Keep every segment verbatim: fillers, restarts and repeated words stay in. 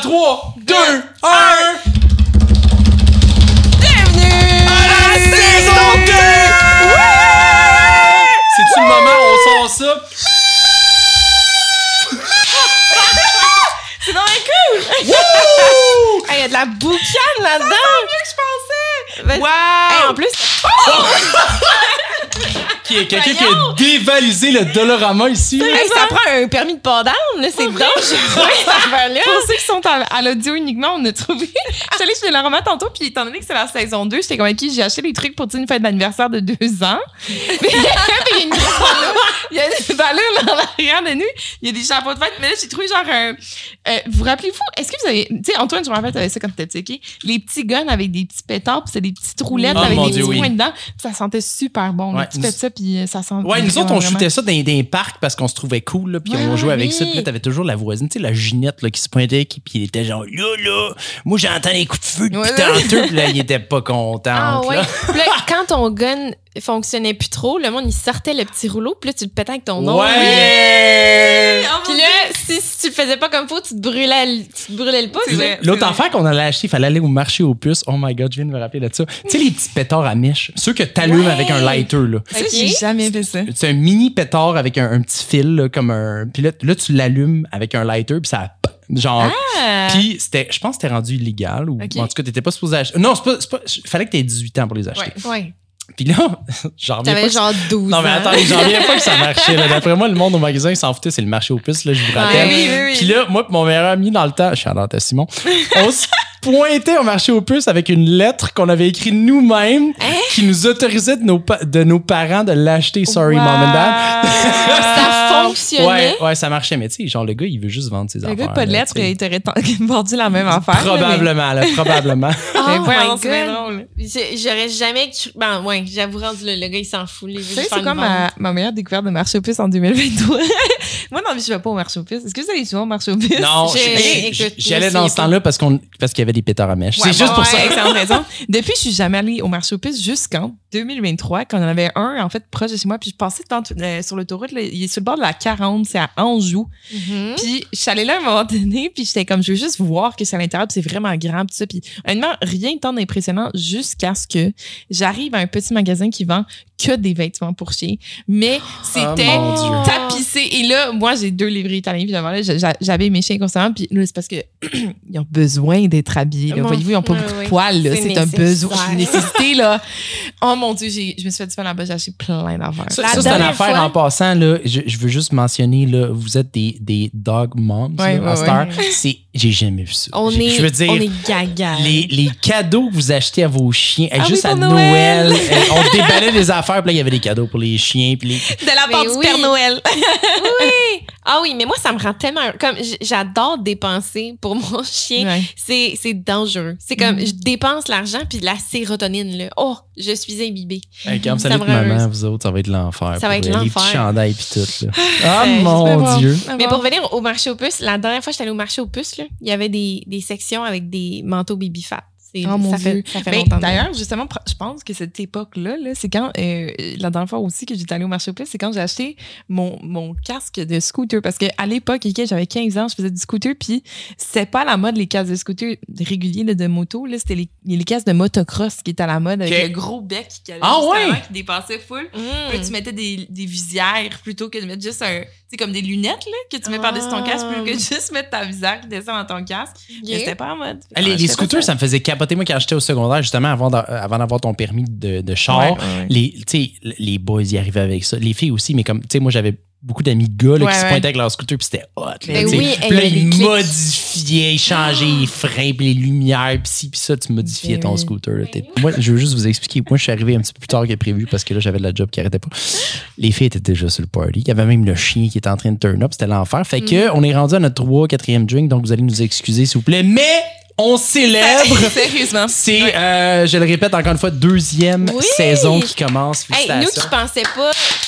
trois, deux, un... Bienvenue à la saison deux! C'est-tu le moment où on sort ça? C'est donc cool! Il y a de la boucane là-dedans! C'est mieux que je pensais! Wow! Hey, en plus... Qui est quelqu'un qui a dévalisé le Dolorama ici. Hey, ça prend un permis de port d'armes, là, c'est dangereux, cette affaire-là. Pour ceux qui sont à, à l'audio uniquement, on a trouvé... Je suis allée chez Dolorama tantôt, puis étant donné que c'est la saison deux, j'étais convaincue, j'ai acheté des trucs pour une fête d'anniversaire de deux ans. Mais il y a une ballon, il y a des ballons dans l'arrière de nous, il y a des chapeaux de fête, mais là, j'ai trouvé genre un... Euh, vous rappelez-vous, est-ce que vous avez... Tu sais, Antoine, je me rappelle, t'avais ça quand t'étais petit, OK? Les petits guns avec des petits pétards, puis c'est des petites roulettes Oh, avec mon des Dieu, petits oui. points dedans, puis ça sentait super bon. Ouais, Là, tu nous- fais ça, puis ça sent... Ouais, nous autres, on vraiment, shootait ça dans, dans les parcs parce qu'on se trouvait cool, là, puis Ouais, on jouait avec oui. ça. Puis là, t'avais toujours la voisine, tu sais, la Ginette, là, qui se pointait, qui, puis il était genre, là, là, moi, j'entends les coups de feu depuis Ouais. tantôt, puis là, il était pas content. Ah ouais. là. Puis là, quand ton gun fonctionnait plus trop, le monde, il sortait le petit rouleau, puis là, tu le pétais avec ton nom. Ouais! Puis là, si, si tu le faisais pas comme faut, tu te brûlais, le- tu te brûlais le pouce. C'est vrai. L'autre affaire qu'on allait acheter, il fallait aller au marché aux puces. Oh my God, je viens de me rappeler de ça. Tu sais, les petits pétards à mèche, ceux que t'allumes Ouais. avec un lighter, là. Ça, Ok. j'ai jamais fait ça. C'est un mini pétard avec un, un petit fil, là, comme un. Puis là, là, tu l'allumes avec un lighter, puis ça. Genre. Ah. Puis c'était, je pense que c'était rendu illégal, ou Ok. en tout cas, t'étais pas supposé acheter. Non, c'est pas. C'est pas il fallait que t'aies dix-huit ans pour les acheter. Ouais. Ouais. Puis là, j'en reviens pas. T'avais que- genre douze Non, mais ans. attends, j'en reviens pas que ça marchait. Là. D'après moi, le monde au magasin, ils s'en foutait, c'est le marché aux puces, là, je vous rappelle. Ouais, oui, oui, oui. Puis là, moi et mon meilleur ami dans le temps, Charlotte à Simon, on se pointait au marché aux puces avec une lettre qu'on avait écrite nous-mêmes Hein? qui nous autorisait de nos, pa- de nos parents de l'acheter. Sorry, Wow. mom and dad. Ça fonctionnait. Ouais, ouais, ça marchait. Mais tu sais, genre, le gars, il veut juste vendre ses Le affaires. gars, pas de là, lettres, tu sais. il t'aurait t- vendu la même affaire. là, mais- Probablement, là, probablement. Oh Mais my voyons, c'est bien God. drôle. J'ai- J'aurais jamais cru... Ben, ouais, j'avoue, rendu là, le gars, il s'en fout. Il veut Tu sais, juste c'est faire comme une vente. ma, ma meilleure découverte de marché aux puces en deux mille vingt-trois. Moi, dans la vie, je vais pas au marché aux puces. Est-ce que vous allez souvent au marché aux puces? Non, J'ai- j'- écoute, j'y allais je dans sais ce pas. temps-là parce, qu'on, parce qu'il y avait des pétards à mèche. Ouais, c'est juste bon, pour ça. ouais, excellente raison. Depuis, je suis jamais allée au marché aux puces jusqu'en deux mille vingt-trois, quand il y en avait un, en fait, proche de chez moi. Puis je passais devant, euh, sur l'autoroute, là, il est sur le bord de la quarante, c'est à Anjou. Mhm. Puis je suis allée là à un moment donné, puis j'étais comme, je veux juste voir que c'est à l'intérieur, puis c'est vraiment grand, puis ça. Puis honnêtement, rien de tant d'impressionnant jusqu'à ce que j'arrive à un petit magasin qui vend que des vêtements pour chiens. Mais c'était Oh, mon Dieu. tapissé. Et là, moi, j'ai deux livres italiens, puis devant là, j'a- j'avais mes chiens constamment, puis là, c'est parce que ils ont besoin d'être habillés. là. Mon- Voyez-vous, ils n'ont pas ouais, beaucoup ouais. de poils. là. C'est C'est un nécessaire. besoin, une nécessité. Là. Oh mon Dieu, j'ai- je me suis fait du mal là-bas, j'ai acheté plein d'affaires. Ça, La ça, c'est une dernière affaire fois- en passant. Là, je, je veux juste mentionner, là, vous êtes des, des dog moms. Ouais, là, à ouais, cette ouais. heure. C'est, j'ai jamais vu ça. On J'ai- est, je veux dire, on est gaga. les, les cadeaux que vous achetez à vos chiens, hey, Ah juste oui, à pour Noël, Noël. euh, on déballait des affaires, puis là, il y avait des cadeaux pour les chiens. Puis les... De la Mais part du oui. Père Noël. Oui! Ah oui, mais moi, ça me rend tellement... Comme, j- j'adore dépenser pour mon chien. Ouais. C'est, c'est dangereux. C'est comme, Mm. je dépense l'argent puis de la sérotonine, là. Oh, je suis imbibée. Hey, comme ça, Ça va me être rend maman, heureuse. vous autres, ça va être l'enfer. Ça va pour être vrai. Les l'enfer. petits chandails puis tout. Là. Ah, Euh, mon Dieu. Mais pour venir au marché aux puces, la dernière fois que j'étais allée au marché aux puces, là, il y avait des, des sections avec des manteaux baby fat. C'est, Oh mon ça Dieu. fait, ça fait Ben, longtemps. d'ailleurs, justement, pr- je pense que cette époque-là, là, c'est quand, euh, la dernière fois aussi que j'étais allée au marché aux puces, c'est quand j'ai acheté mon, mon casque de scooter. Parce qu'à l'époque, ok, j'avais quinze ans, je faisais du scooter, puis c'était pas à la mode les casques de scooter réguliers là, de moto. Là, c'était les, les casques de motocross qui étaient à la mode avec Ok. le gros bec qui, avait Ah juste ouais? avant, qui dépassait full. Mm. Puis là, tu mettais des, des visières plutôt que de mettre juste un. Tu sais, comme des lunettes là, que tu mets Ah. par-dessus ton casque, plutôt que juste mettre ta visière qui descend dans ton casque. Mais c'était pas en mode. Ah, les, Ouais, les j'étais pas scooters, ça. ça me faisait capoter. Moi, quand j'étais au secondaire, justement, avant, d'a- avant d'avoir ton permis de, de char, Ouais, ouais, ouais. les, tu sais, les boys y arrivaient avec ça. Les filles aussi, mais comme, tu sais, moi, j'avais beaucoup d'amis de gars là, Ouais, qui se ouais. pointaient avec leur scooter, puis c'était hot. Là, Ben tu sais. oui, Puis il y là, avait ils des clics. modifiaient, ils changeaient les freins, puis les lumières, puis ci, puis ça, tu modifiais Ben ton oui. scooter. là. T'es- Moi, je veux juste vous expliquer. Moi, je suis arrivé un petit peu plus tard que prévu parce que là, j'avais de la job qui arrêtait pas. Les filles étaient déjà sur le party. Il y avait même le chien qui était en train de turn up. C'était l'enfer. Fait que, on est rendu à notre trois, quatrième drink, donc vous allez nous excuser, s'il vous plaît. Mais On célèbre. Sérieusement. C'est, Ouais. euh, je le répète encore une fois, deuxième Oui. saison qui commence. Hey, Félicitations. nous qui pensaient pas.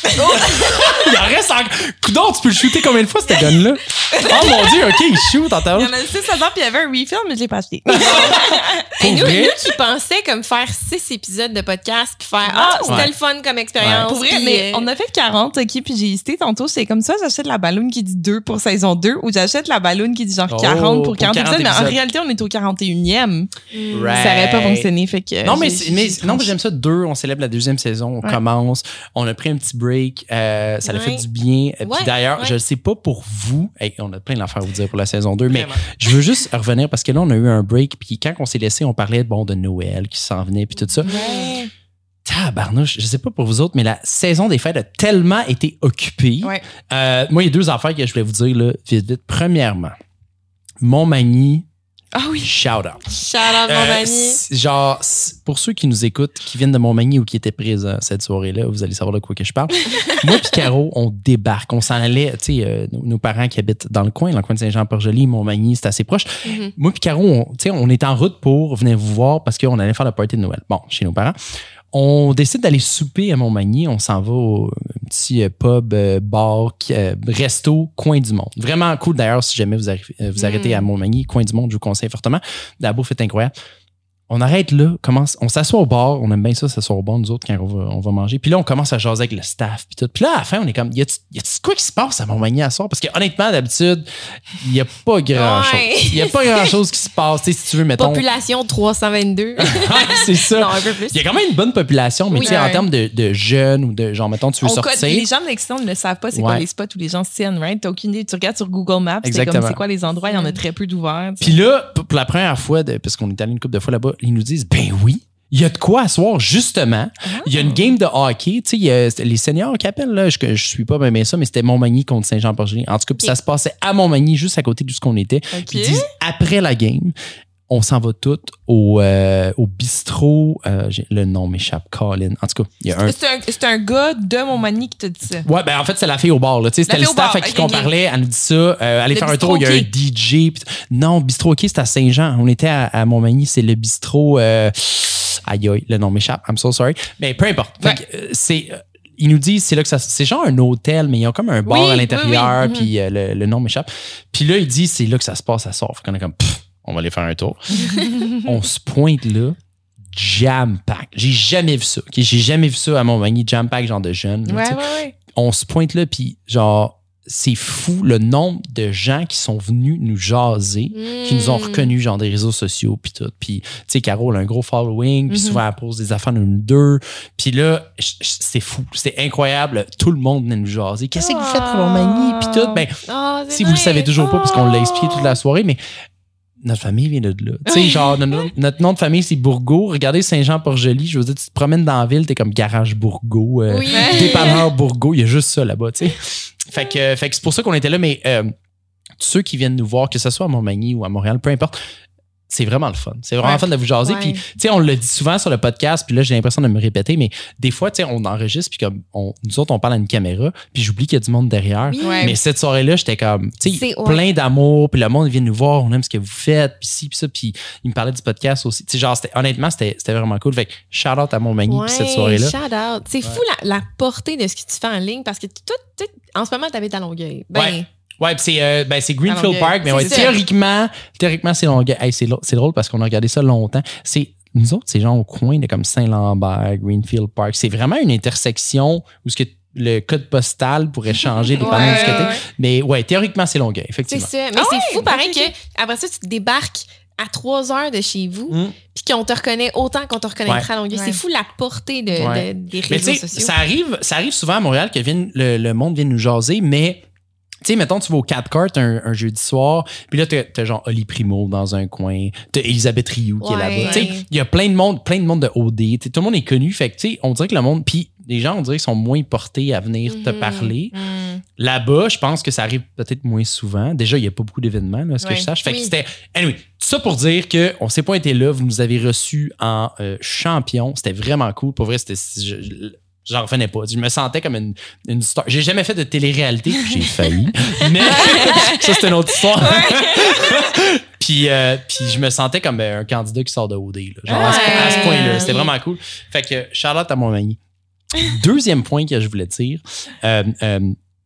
Il en reste encore. Coudon, tu peux le shooter combien de fois, cette gun-là? Oh mon Dieu, OK, il shoot, entends. Il y en a six à temps, puis il y avait un refill, mais je l'ai pas acheté. Hey, nous, vrai? nous qui pensaient comme faire six épisodes de podcast puis faire Ah, c'était Ouais. le fun comme expérience. Pour vrai, puis, mais euh, on a fait quarante, OK, puis j'ai hésité tantôt. C'est comme ça, j'achète la balloune qui dit deux pour saison deux ou j'achète la balloune qui dit genre Oh, quarante pour pour quarante quarante épisodes. Mais en épisodes. réalité, on est au quarante et unième. Right. Ça n'aurait pas fonctionné. Fait que, Non, mais, j'ai- c'est- mais j'ai non, mais tranché. j'aime ça. Deux, on célèbre la deuxième saison, on Ouais. commence, on a pris un petit break, euh, ça l'a Ouais. fait du bien. Puis Ouais, d'ailleurs, ouais. je ne sais pas pour vous, hey, on a plein d'affaires à vous dire pour la saison deux, mais Vraiment. je veux juste revenir parce que là, on a eu un break, puis quand on s'est laissé, on parlait bon, de Noël qui s'en venait, puis tout ça. Ouais. Tabarnouche, je sais pas pour vous autres, mais la saison des fêtes a tellement été occupée. Ouais. Euh, moi, il y a deux affaires que je voulais vous dire, là, vite, vite. Premièrement, Montmagny, Ah oui. shout out. Shout out, mon Euh, ami. c'est- genre, c'est- pour ceux qui nous écoutent, qui viennent de Montmagny ou qui étaient présents cette soirée-là, vous allez savoir de quoi que je parle. Moi et Caro, on débarque. On s'en allait, tu sais, euh, nos, nos parents qui habitent dans le coin, dans le coin de Saint-Jean-Port-Joli, Montmagny, c'est assez proche. Mhm. Moi et Caro, on, tu sais, on est en route pour venir vous voir parce qu'on allait faire le party de Noël. Bon, chez nos parents. On décide d'aller souper à Montmagny. On s'en va au un petit euh, pub, euh, bar, qui- euh, resto, coin du monde. Vraiment cool d'ailleurs, si jamais vous, arrivez, euh, vous Mm. arrêtez à Montmagny, coin du monde, je vous conseille fortement. La bouffe est incroyable. On arrête là, commence, on s'assoit au bar, on aime bien ça, s'asseoir au bar, nous autres, quand on va, on va manger. Puis là, on commence à jaser avec le staff, puis tout. Puis là, à la fin, on est comme, y a-tu y a-tu quoi qui se passe à Montmagny à soir? Parce que honnêtement, d'habitude, il n'y a pas grand-chose. Ouais. Il n'y a pas grand-chose qui se passe. Tu sais, si tu veux, mettons. Population trois cent vingt-deux. Ouais, c'est ça. non, un peu plus. Il y a quand même une bonne population, mais Oui. tu sais, en Ouais. termes de, de jeunes ou de genre, mettons, tu veux On code- sortir. les gens de l'extérieur ne le savent pas c'est Ouais. quoi les spots où les gens se tiennent, right? T'as aucune idée. Tu regardes sur Google Maps, c'est Exactement. comme c'est quoi les endroits, il y en a très peu d'ouverts. tu sais. Puis là, pour pour la première fois, de- parce qu'on est allé une couple de fois là-bas, ils nous disent, ben oui, il y a de quoi à soir, justement. Il y a une game de hockey. Tu sais, il y a les seniors qui appellent, là, je, je suis pas bien bien ça, mais c'était Montmagny contre Saint-Jean-Port-Joli. En tout cas, puis ça se passait à Montmagny, juste à côté de ce qu'on était. OK. Puis ils disent, après la game, on s'en va toutes au, euh, au bistrot. Euh, j'ai- le nom m'échappe, Colin. En tout cas, il y a un. C'est un, c'est un gars de Montmagny qui te dit ça. Ouais, ben en fait, c'est la fille au bar. Là. Tu sais, C'était La le fille au staff bar, à qui ok, on ok. parlait. Elle nous dit ça. Euh, allez Le faire un tour, il y a un bistrot D J. pis- Non, bistrot OK, c'est à Saint-Jean. On était à, à Montmagny, c'est le bistrot. Euh... Aïe, aïe, le nom m'échappe. I'm so sorry. Mais peu importe. Fait Ouais. que, euh, c'est. euh, ils nous disent, c'est là que ça. C'est genre un hôtel, mais ils ont comme un bar Oui, à l'intérieur, oui, oui. puis euh, le, le nom m'échappe. Puis là, ils disent, c'est là que ça se passe à soir. Fait qu'on est comme, pff, on va aller faire un tour. On se pointe là, jam-pack. J'ai jamais vu ça. ok? J'ai jamais vu ça à Montmagny, jam-pack, genre de jeunes. là, Ouais, tu sais. ouais, ouais. On se pointe là, puis genre, c'est fou le nombre de gens qui sont venus nous jaser, qui nous ont Mm. reconnus, genre des réseaux sociaux, puis tout. Puis, tu sais, Caro, elle a un gros following, puis Mhm. souvent, elle pose des affaires de nous deux. Puis là, j- j- c'est fou, c'est incroyable. Tout le monde venait nous jaser. Qu'est-ce que vous faites à Montmagny? Puis tout. Ben, Ah, c'est si vous le vrai. savez toujours pas, parce qu'on l'a Oh. expliqué toute la soirée, mais notre famille vient de là. Tu sais, genre, notre, notre nom de famille, c'est Bourgault. Regardez Saint-Jean-Port-Joli. Je veux dire, tu te promènes dans la ville, t'es comme Garage Bourgault, euh, Oui. Dépanneur Bourgault. Il y a juste ça là-bas, tu sais. Fait que, fait que c'est pour ça qu'on était là, mais euh, ceux qui viennent nous voir, que ce soit à Montmagny ou à Montréal, peu importe, c'est vraiment le fun. C'est vraiment Ouais. fun de vous jaser. Ouais. Puis, tu sais, on le dit souvent sur le podcast, puis là, j'ai l'impression de me répéter, mais des fois, tu sais, on enregistre, puis comme on, nous autres, on parle à une caméra, puis j'oublie qu'il y a du monde derrière. Oui. Ouais. Mais cette soirée-là, j'étais comme, tu sais, C'est- ouais. plein d'amour, puis le monde vient nous voir, on aime ce que vous faites, puis ci, puis ça, puis il me parlait du podcast aussi. Tu sais, genre, c'était- honnêtement, c'était c'était vraiment cool. Fait que shout out à Montmagny, Ouais, puis cette soirée-là. shout out. C'est fou la, la portée de ce que tu fais en ligne parce que toi, tu sais, en ce moment, tu habites à Longueuil. Ben, Ouais. Ouais, puis c'est euh, ben, c'est Greenfield Longueuil. Park, mais C'est ouais, ça. théoriquement, théoriquement, c'est Longueuil. Hey, c'est lo- c'est drôle parce qu'on a regardé ça longtemps. C'est nous autres, c'est genre au coin de comme Saint-Lambert, Greenfield Park. C'est vraiment une intersection où ce que le code postal pourrait changer dépendant Ouais, de ce que t'es. ouais. Mais ouais, théoriquement, c'est Longueuil, c'est effectivement. ça. Mais Ah c'est ouais, fou, pareil, ok, ok. que après ça, tu te débarques à trois heures de chez vous, Mm. puis qu'on te reconnaît autant qu'on te reconnaîtra à Longueuil. Ouais. C'est fou la portée de, Ouais. de- des Mais tu réseaux sais, sociaux. ça arrive, ça arrive souvent à Montréal que vienne, le, le monde vienne nous jaser, mais tu sais, mettons, tu vas au Cat Cart un, un jeudi soir, puis là, t'as, t'as genre Oli Primo dans un coin, t'as Elisabeth Rioux qui est Ouais. là-bas. Tu sais, il y a plein de monde, plein de monde de O D. Tu sais, tout le monde est connu. Fait que, tu sais, on dirait que le monde, puis les gens, on dirait qu'ils sont moins portés à venir te Mhm. parler. Mm. Là-bas, je pense que ça arrive peut-être moins souvent. Déjà, il n'y a pas beaucoup d'événements, là, à ce que Ouais. je sache. Fait que Oui. c'était. Anyway, tout ça pour dire qu'on s'est pas été là. Vous nous avez reçus en euh, champion. C'était vraiment cool. Pour vrai, c'était. je- J'en revenais pas. Je me sentais comme une, une star. J'ai jamais fait de télé-réalité. J'ai failli. Mais ça, c'est une autre histoire. puis, euh, puis je me sentais comme un candidat qui sort de O D. Là. Genre ouais. à, ce, à ce point-là. C'était vraiment cool. Fait que Charlotte à Montmagny. Deuxième point que je voulais dire. Euh, euh,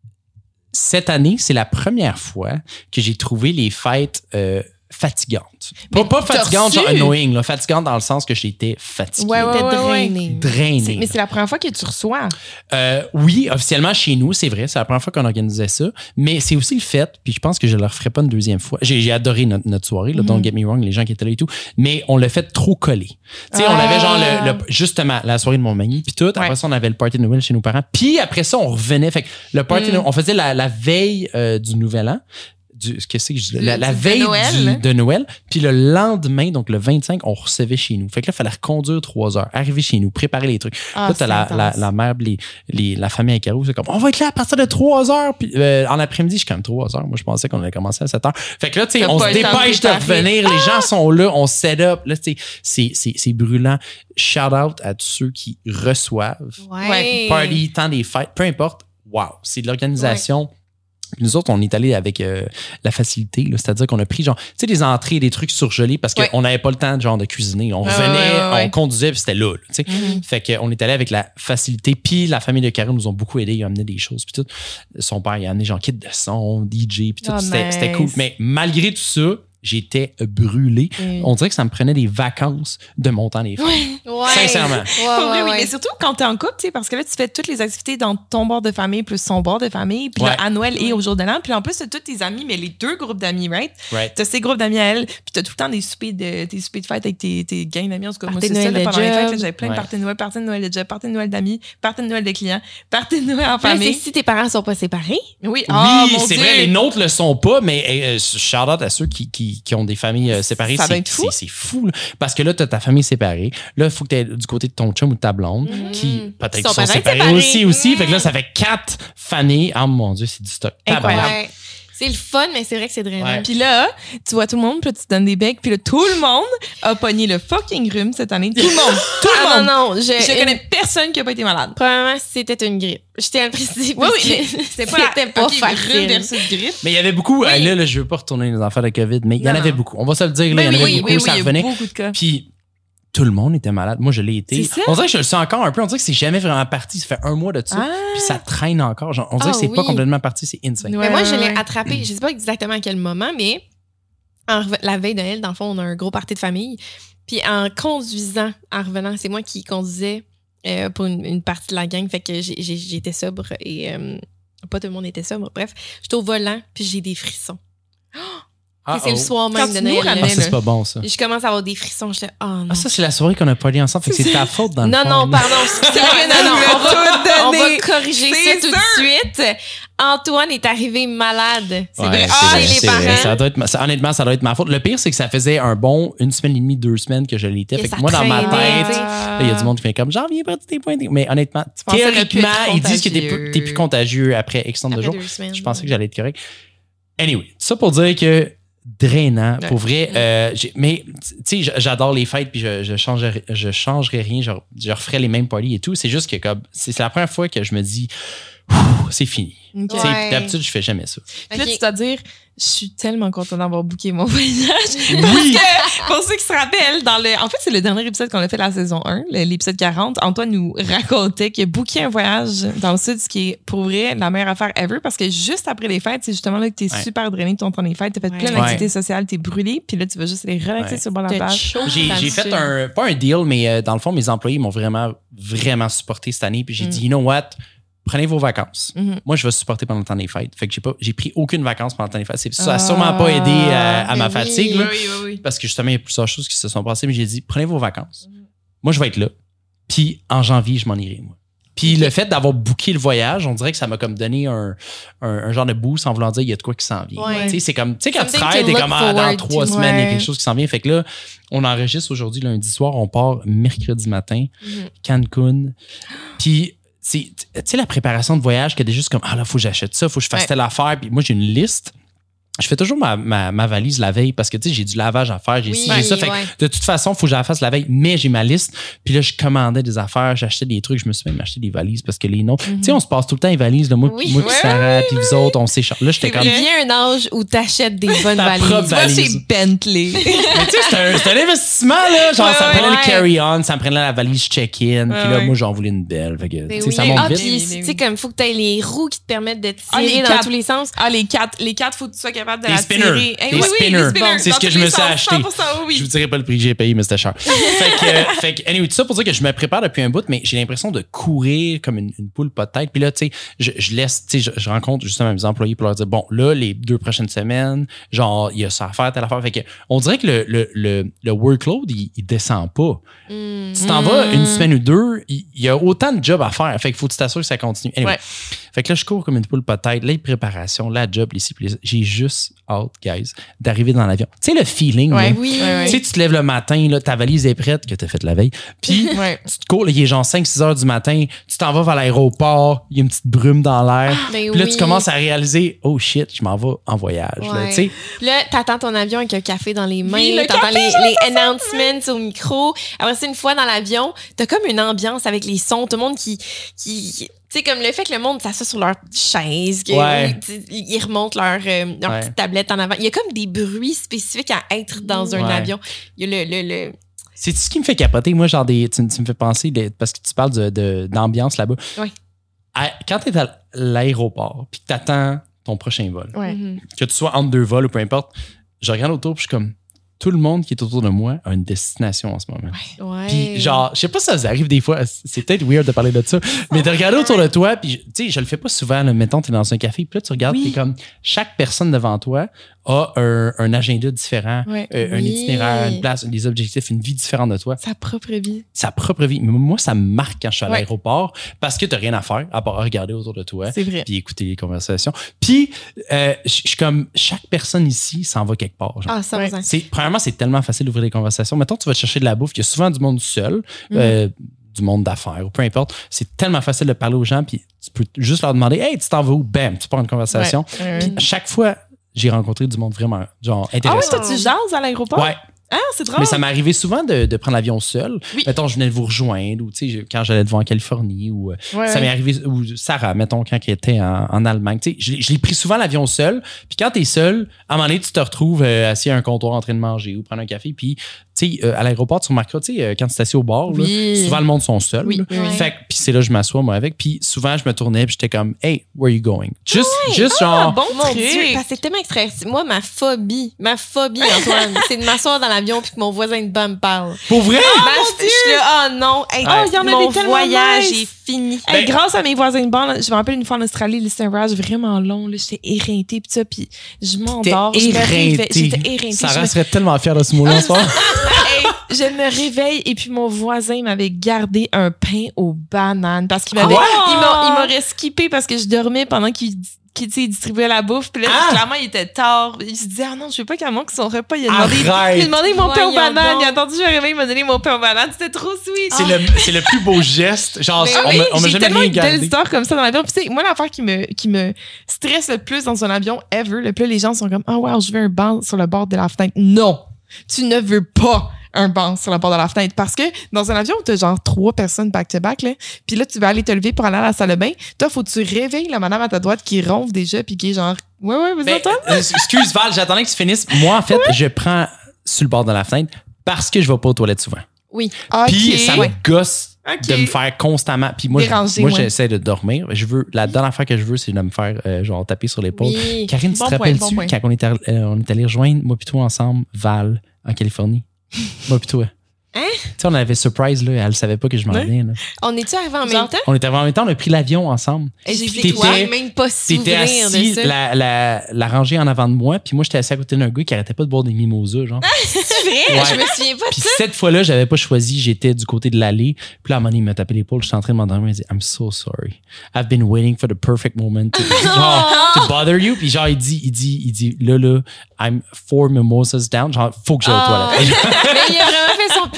cette année, c'est la première fois que j'ai trouvé les fêtes... Euh, fatigante. Pas, pas fatigante, genre annoying, là. Fatigante dans le sens que j'étais fatigué. Ouais, ouais, ouais, drainé. Drainé. C'est, mais c'est la première fois que tu reçois. Euh, oui, officiellement chez nous, c'est vrai. C'est la première fois qu'on organisait ça. Mais c'est aussi le fait, puis je pense que je ne le referai pas une deuxième fois. J'ai, j'ai adoré notre, notre soirée, là, mm-hmm. Don't get me wrong, les gens qui étaient là et tout. Mais on l'a fait trop collé. Tu sais, ah. on avait genre le, le, justement la soirée de Montmagny, puis tout. Après ouais. ça, on avait le party de Noël chez nos parents. Puis après ça, on revenait. Fait que le party, mm. on faisait la, la veille euh, du Nouvel An. Du, qu'est-ce que c'est que je dis? La, la veille de Noël. Du, de Noël. Puis le lendemain, donc le vingt-cinq, on recevait chez nous. Fait que là, il fallait reconduire trois heures, arriver chez nous, préparer les trucs. Ah, là, t'as la, la, la mère, les, les, la famille à Caro, c'est comme, on va être là à partir de trois heures. Puis euh, en après-midi, je suis comme trois heures. Moi, je pensais qu'on allait commencer à sept heures. Fait que là, tu sais, on se dépêche de revenir. Ah! Les gens sont là, on set up. Là, tu sais, c'est, c'est, c'est brûlant. Shout out à tous ceux qui reçoivent. Ouais. Party, temps des fêtes, peu importe. Wow. C'est de l'organisation. Ouais. Puis nous autres, on est allés avec euh, la facilité, là, c'est-à-dire qu'on a pris genre, tu sais, des entrées, des trucs surgelés parce qu'on ouais. n'avait pas le temps genre de cuisiner. On revenait, ouais, ouais, ouais. on conduisait, puis c'était là, là tu sais. Mm-hmm. Fait qu'on est allé avec la facilité. Puis la famille de Karine nous ont beaucoup aidés, ils ont amené des choses, puis tout. Son père, il a amené genre kit de son, D J, puis tout. Oh, c'était, nice. C'était cool. Mais malgré tout ça, j'étais brûlé. Mm. On dirait que ça me prenait des vacances de mon temps les fêtes. Ouais. Sincèrement. Ouais, ouais, ouais, ouais. Mais surtout quand t'es en couple, tu sais, parce que là, tu fais toutes les activités dans ton bord de famille plus son bord de famille, puis ouais. là, à Noël ouais. et au jour de l'an. Puis en plus, t'as tous tes amis, mais les deux groupes d'amis, right? right. T'as ces groupes d'amis à elle, puis t'as tout le temps des soupers de, des soupers de fête avec tes, tes gangs d'amis. En tout cas, moi, c'est ça, là, pendant les fêtes, là, j'avais plein ouais. de parties de Noël, parties de Noël de job, parties de Noël d'amis, parties de Noël de clients, parties de Noël en famille. Là, c'est si tes parents sont pas séparés. Oui, oh, oui mon c'est Dieu. vrai, les nôtres le sont pas, mais euh, shout-out à ceux qui, qui, qui ont des familles euh, séparées. Ça c'est, doit être fou. C'est, c'est fou, là. Parce que là, t'as ta famille séparée. Là, il faut que t'aies du côté de ton chum ou de ta blonde, mmh. qui peut-être sont, sont séparés, séparés aussi, aussi. Mmh. Fait que là, ça fait quatre familles. Ah, oh, mon Dieu, c'est du stock. Incroyable. Ouais. C'est le fun, mais c'est vrai que c'est drainant. Ouais. Puis là, tu vois tout le monde, puis là, tu te donnes des becs, puis là, tout le monde a pogné le fucking rhume cette année. Tout le monde. Tout le ah, monde. Non, non. Je, je connais une... personne qui a pas été malade. Probablement, c'était une grippe. J'étais appréciée. Oui, oui, mais c'était pas, c'était pas okay, facile. Rhume versus grippe. Mais il y avait beaucoup. Oui. Là, là, je veux pas retourner les affaires de COVID, mais il y en avait beaucoup. On va se le dire, là, il y en avait oui, beaucoup, oui, ça oui, revenait. Beaucoup de cas. Puis, tout le monde était malade. Moi, je l'ai été. On dirait que je le sens encore un peu. On dirait que c'est jamais vraiment parti. Ça fait un mois de ça. Ah. Puis ça traîne encore. Genre, on dirait ah, que c'est oui. pas complètement parti. C'est insane. Ouais, mais moi, je l'ai attrapé. Je sais pas exactement à quel moment, mais en, la veille de Noël, dans le fond, on a un gros party de famille. Puis en conduisant, en revenant, c'est moi qui conduisais euh, pour une, une partie de la gang. Fait que j'ai, j'ai, j'étais sobre et euh, pas tout le monde était sobre. Bref, j'étais au volant puis j'ai des frissons. Oh! Ah, c'est oh. le soir même Quand de Noël. Ah, ça, c'est pas bon, ça. Je commence à avoir des frissons. Je dis, oh non. Ah, ça, c'est la soirée qu'on a parlé ensemble. Fait que c'est ta faute dans le non, fond. Non, non, pardon. C'est vrai, non, non. On va, on va corriger c'est ça sûr. Tout de suite. Antoine est arrivé malade. C'est ouais, vrai. C'est ah, vrai, les c'est parents. Vrai. Ça doit être, ça, honnêtement, ça doit être ma faute. Le pire, c'est que ça faisait un bon une semaine et demie, deux semaines que je l'étais. Fait que moi, dans ma tête, il y a du monde qui fait comme, j'en viens pas de tes points. Mais honnêtement, théoriquement, ils disent que t'es plus, t'es plus contagieux après X nombre de jours. Je pensais que j'allais être correct. Anyway, ça pour dire que drainant, ouais. Pour vrai. Euh, j'ai, mais, tu sais, j'adore les fêtes, puis je, je, changerais, je changerais rien, je, je referais les mêmes parties et tout. C'est juste que comme, c'est, c'est la première fois que je me dis, c'est fini. Okay. Ouais. D'habitude, je fais jamais ça. Puis là, tu dois dire, je suis tellement contente d'avoir booké mon voyage. Oui. Parce que, pour ceux qui se rappellent, dans le, en fait, c'est le dernier épisode qu'on a fait de la saison un, l'épisode quarante. Antoine nous racontait qu'il a booké un voyage dans le sud, ce qui est pour vrai la meilleure affaire ever, parce que juste après les fêtes, c'est justement là que t'es ouais. super drainé de ton temps des fêtes, t'as fait ouais. plein d'activités ouais. sociales, t'es brûlé, puis là, tu vas juste aller relaxer ouais. sur le bord de la plage. J'ai, j'ai fait un, pas un deal, mais euh, dans le fond, mes employés m'ont vraiment, vraiment supporté cette année, puis j'ai mm. dit, you know what? Prenez vos vacances. Mm-hmm. Moi, je vais supporter pendant le temps des fêtes. Fait que j'ai pas, j'ai pris aucune vacances pendant le temps des fêtes. C'est, ça n'a ah, sûrement pas aidé à, à ma fatigue. Oui, là, oui, oui, oui. Parce que justement, il y a plusieurs choses qui se sont passées. Mais j'ai dit, prenez vos vacances. Mm-hmm. Moi, je vais être là. Puis en janvier, je m'en irai, moi. Puis okay. Le fait d'avoir booké le voyage, on dirait que ça m'a comme donné un, un, un genre de boost en voulant dire, il y a de quoi qui s'en vient. Ouais. Tu sais, c'est comme, tu sais, quand tu travailles, t'es comme, ah, dans trois to, semaines, il ouais. y a quelque chose qui s'en vient. Fait que là, on enregistre aujourd'hui, lundi soir, on part mercredi matin, mm-hmm. Cancun. Puis, tu sais, la préparation de voyage qui était juste comme, ah là, faut que j'achète ça, faut que je fasse ouais. telle affaire. Puis moi, j'ai une liste je fais toujours ma, ma, ma valise la veille parce que, tu sais, j'ai du lavage à faire, j'ai Oui, ci, j'ai ça. Fait ouais. que de toute façon, il faut que je la fasse la veille, mais j'ai ma liste. Puis là, je commandais des affaires, j'achetais des trucs, je me suis même acheté des valises parce que les nôtres, Mm-hmm. tu sais, on se passe tout le temps les valises, là, moi, Oui. moi puis Ouais, Sarah, puis vous autres, on s'écharpe. Là, j'étais C'est comme. Il vrai. vient un âge où t'achètes des bonnes Ta valises. propre Tu vois, valise. c'est Bentley. Mais tu sais, c'est un, c'est un investissement, là. Genre, Ouais, ça me ouais, prenait ouais. le carry-on, ça me prenait la valise check-in. Puis là, ouais. moi, j'en voulais une belle. Fait que, tu Mais sais, oui. ça monte Ah, vite. puis, Oui, oui, tu sais, comme, faut que t'aies les roues qui te permettent de tirer Ah, les dans quatre. tous les sens. Ah, les quatre, les quatre, faut que tu sois capable de Des la spinners. tirer. Eh, Des oui, oui, spinners. des spinners. C'est ce Dans que tous je me les suis sens, acheté. cent pour cent oui. Je vous dirai pas le prix que j'ai payé, mais c'était cher. fait que, fait que, anyway, tout ça pour dire que je me prépare depuis un bout, mais j'ai l'impression de courir comme une, une poule pas de tête. Puis là, tu sais, je, je laisse, tu sais, je, je rencontre justement mes employés pour leur dire, bon, là, les deux prochaines semaines, genre, il y a ça à faire, telle affaire. Fait que, on dirait que le, le, le, le workload, il, il descend pas. Mm. Si t'en vas une semaine ou deux, il il y a autant de jobs à faire. Fait qu'il faut que tu t'assures que ça continue. Anyway. Ouais. Fait que là, je cours comme une poule pas de tête. Les préparations, la job, les ci, puis les ça. J'ai juste hâte, guys, d'arriver dans l'avion. Tu sais, le feeling, Ouais. là. Oui. Ouais, ouais. Tu sais, tu te lèves le matin, là, ta valise est prête, que tu as faite la veille. Puis, Ouais. tu te cours, là, il est genre cinq six heures du matin, tu t'en vas vers l'aéroport, il y a une petite brume dans l'air. Ben Puis là, oui. tu commences à réaliser, oh shit, je m'en vais en voyage. là, Ouais. tu sais. Puis là, t'attends ton avion avec un café dans les mains. Oui, le t'entends café, les, j'aime les announcements au micro. Après ça, une fois dans l'avion, t'as comme une ambiance avec les sons. Tout le monde qui... qui tu sais, comme le fait que le monde s'assoit sur leur chaise, que, Ouais. tu sais, ils remontent leur, euh, leur Ouais. petite tablette en avant. Il y a comme des bruits spécifiques à être dans un Ouais. avion. Il y a le... le, le C'est ce qui me fait capoter. Moi, genre, des, tu, tu me fais penser, des- parce que tu parles de, de- d'ambiance là-bas. Oui. À- quand tu es à l'aéroport, puis que tu attends ton prochain vol, Ouais. Mhm. que tu sois entre deux vols ou peu importe, je regarde autour, puis je suis comme, tout le monde qui est autour de moi a une destination en ce moment. Ouais. Puis genre, je sais pas si ça vous arrive des fois, c'est peut-être weird de parler de ça, mais de regarder autour de toi, puis tu sais, je le fais pas souvent, là, mettons, t'es dans un café, puis là, tu regardes, Oui. puis comme, chaque personne devant toi a un, un agenda différent, Ouais. euh, un Oui. itinéraire, une place, des objectifs, une vie différente de toi, Sa propre vie. sa propre vie. Mais moi, ça me marque quand je suis à Ouais. l'aéroport, parce que t'as rien à faire, à part regarder autour de toi, C'est vrai. puis écouter les conversations. Puis, euh, je je suis comme, chaque personne ici s'en va quelque part. genre. Ah, ça Ouais. va. C'est, premièrement, c'est tellement facile d'ouvrir des conversations. Mettons, tu vas te chercher de la bouffe, il y a souvent du monde seul, euh, du monde d'affaires, ou peu importe. C'est tellement facile de parler aux gens, puis tu peux juste leur demander, hey, tu t'en vas où? Bam, tu pars une conversation. Ouais, ouais, Puis ouais. à chaque fois, j'ai rencontré du monde vraiment, genre, Ah ouais, intéressant. toi, tu jases à l'aéroport? Ouais. Ah, c'est drôle. Mais ça m'est arrivé souvent de, de prendre l'avion seul. Oui. Mettons, je venais de vous rejoindre, ou tu sais, je- quand j'allais devant en Californie, ou euh, Ouais, ça ouais. m'est arrivé, ou Sarah, mettons, quand elle était en, en Allemagne. Tu sais, je, l'ai- je l'ai pris souvent l'avion seul. Puis quand t'es seul, à un moment donné, tu te retrouves euh, assis à un comptoir en train de manger ou prendre un café. Puis, tu sais, euh, à l'aéroport, tu remarqueras, tu sais, euh, quand tu es assis au bar, là, Oui. souvent le monde sont seuls. Oui, là. oui, oui. Fait que- puis c'est là que je m'assois, moi, avec. Puis souvent, je me tournais, puis j'étais comme, hey, where are you going? Juste, juste Ah, genre. bon Mon truc. Dieu, parce que c'est tellement extraordinaire. Moi, ma phobie, ma phobie, Antoine, c'est de m'asseoir dans l'avion puis que mon voisin de bas me parle. Pour vrai? Ma- je suis là, oh non, hey, Ah, il y en a mon des tellement voyage nice. est fini. Hey, Ben- grâce à mes voisins de bord, là, je me rappelle une fois en Australie, c'était un voyage vraiment long. là, J'étais éreintée, puis ça, puis je m'endors. T'es je me réveille- éreinté. J'étais éreintée. Sarah je, me, serait tellement fière de ce mot-là en soir. Hey, je me réveille, et puis mon voisin m'avait gardé un pain aux bananes parce qu'il m'avait. Quoi? Il m'a- il m'aurait skippé parce que je dormais pendant qu'il qui tu sais, il distribuait la bouffe. Puis là, Ah! clairement, il était tard. Il se disait, ah non, je veux pas qu'il manque son repas. Il a demandé, Arrête! il a demandé mon pain aux Voyons bananes. donc. Il a attendu, je me réveille, il m'a donné mon pain aux bananes. C'était trop sweet. C'est le, c'est le plus beau geste. Genre, Mais on oui, m'a- on m'a J'ai jamais tellement rien eu de belles gardé. histoires comme ça dans l'avion. Puis tu sais, moi, l'affaire qui me, qui me stresse le plus dans un avion ever, le plus les gens sont comme, ah wow, je veux un banc sur le bord de la fenêtre. Non! Tu ne veux pas un banc sur le bord de la fenêtre parce que dans un avion où t'as genre trois personnes back-to-back, là, puis là, tu vas aller te lever pour aller à la salle de bain. Toi, faut que tu réveilles la madame à ta droite qui ronfle déjà puis qui est genre, ouais, ouais, vous Ben, entendez? euh, excuse Val, j'attendais que tu finisses. Moi, en fait, je prends sur le bord de la fenêtre parce que je vais pas aux toilettes souvent. Oui. Puis Ok. ça me gosse Ok. de me faire constamment. Puis moi, je- Déranger, moi ouais. j'essaie de dormir. Je veux, la dernière fois que je veux, c'est de me faire euh, genre taper sur l'épaule. Oui. Karine, tu Bon te point, rappelles-tu bon point. quand on est, allé, euh, on est allé rejoindre, moi puis toi ensemble, Val, en Californie? Moi puis toi. Hein? Tu sais, on avait surprise, là. Elle savait pas que je m'en Ouais. venais, là. On est-tu arrivés en Genre, même temps? On était en même temps, on a pris l'avion ensemble. Et j'ai T'étais- fait quoi? Même pas T'étais souvenir assis, de ça. la, la, la rangée en avant de moi, puis moi, j'étais assis à côté d'un gars qui arrêtait pas de boire des mimosas, genre. C'est vrai? Ouais. Je me souviens pas de Puis ça. cette fois-là, j'avais pas choisi, j'étais du côté de l'allée. Puis là, à un moment donné, il m'a tapé l'épaule, j'étais en train de m'endormir, il m'a dit I'm so sorry. I've been waiting for the perfect moment to, genre, to bother you. Puis genre, il dit, il dit, il dit, là, là, I'm four mimosas down. Genre, faut que j'aille aux Ah. toilettes. Mais il a vraiment fait son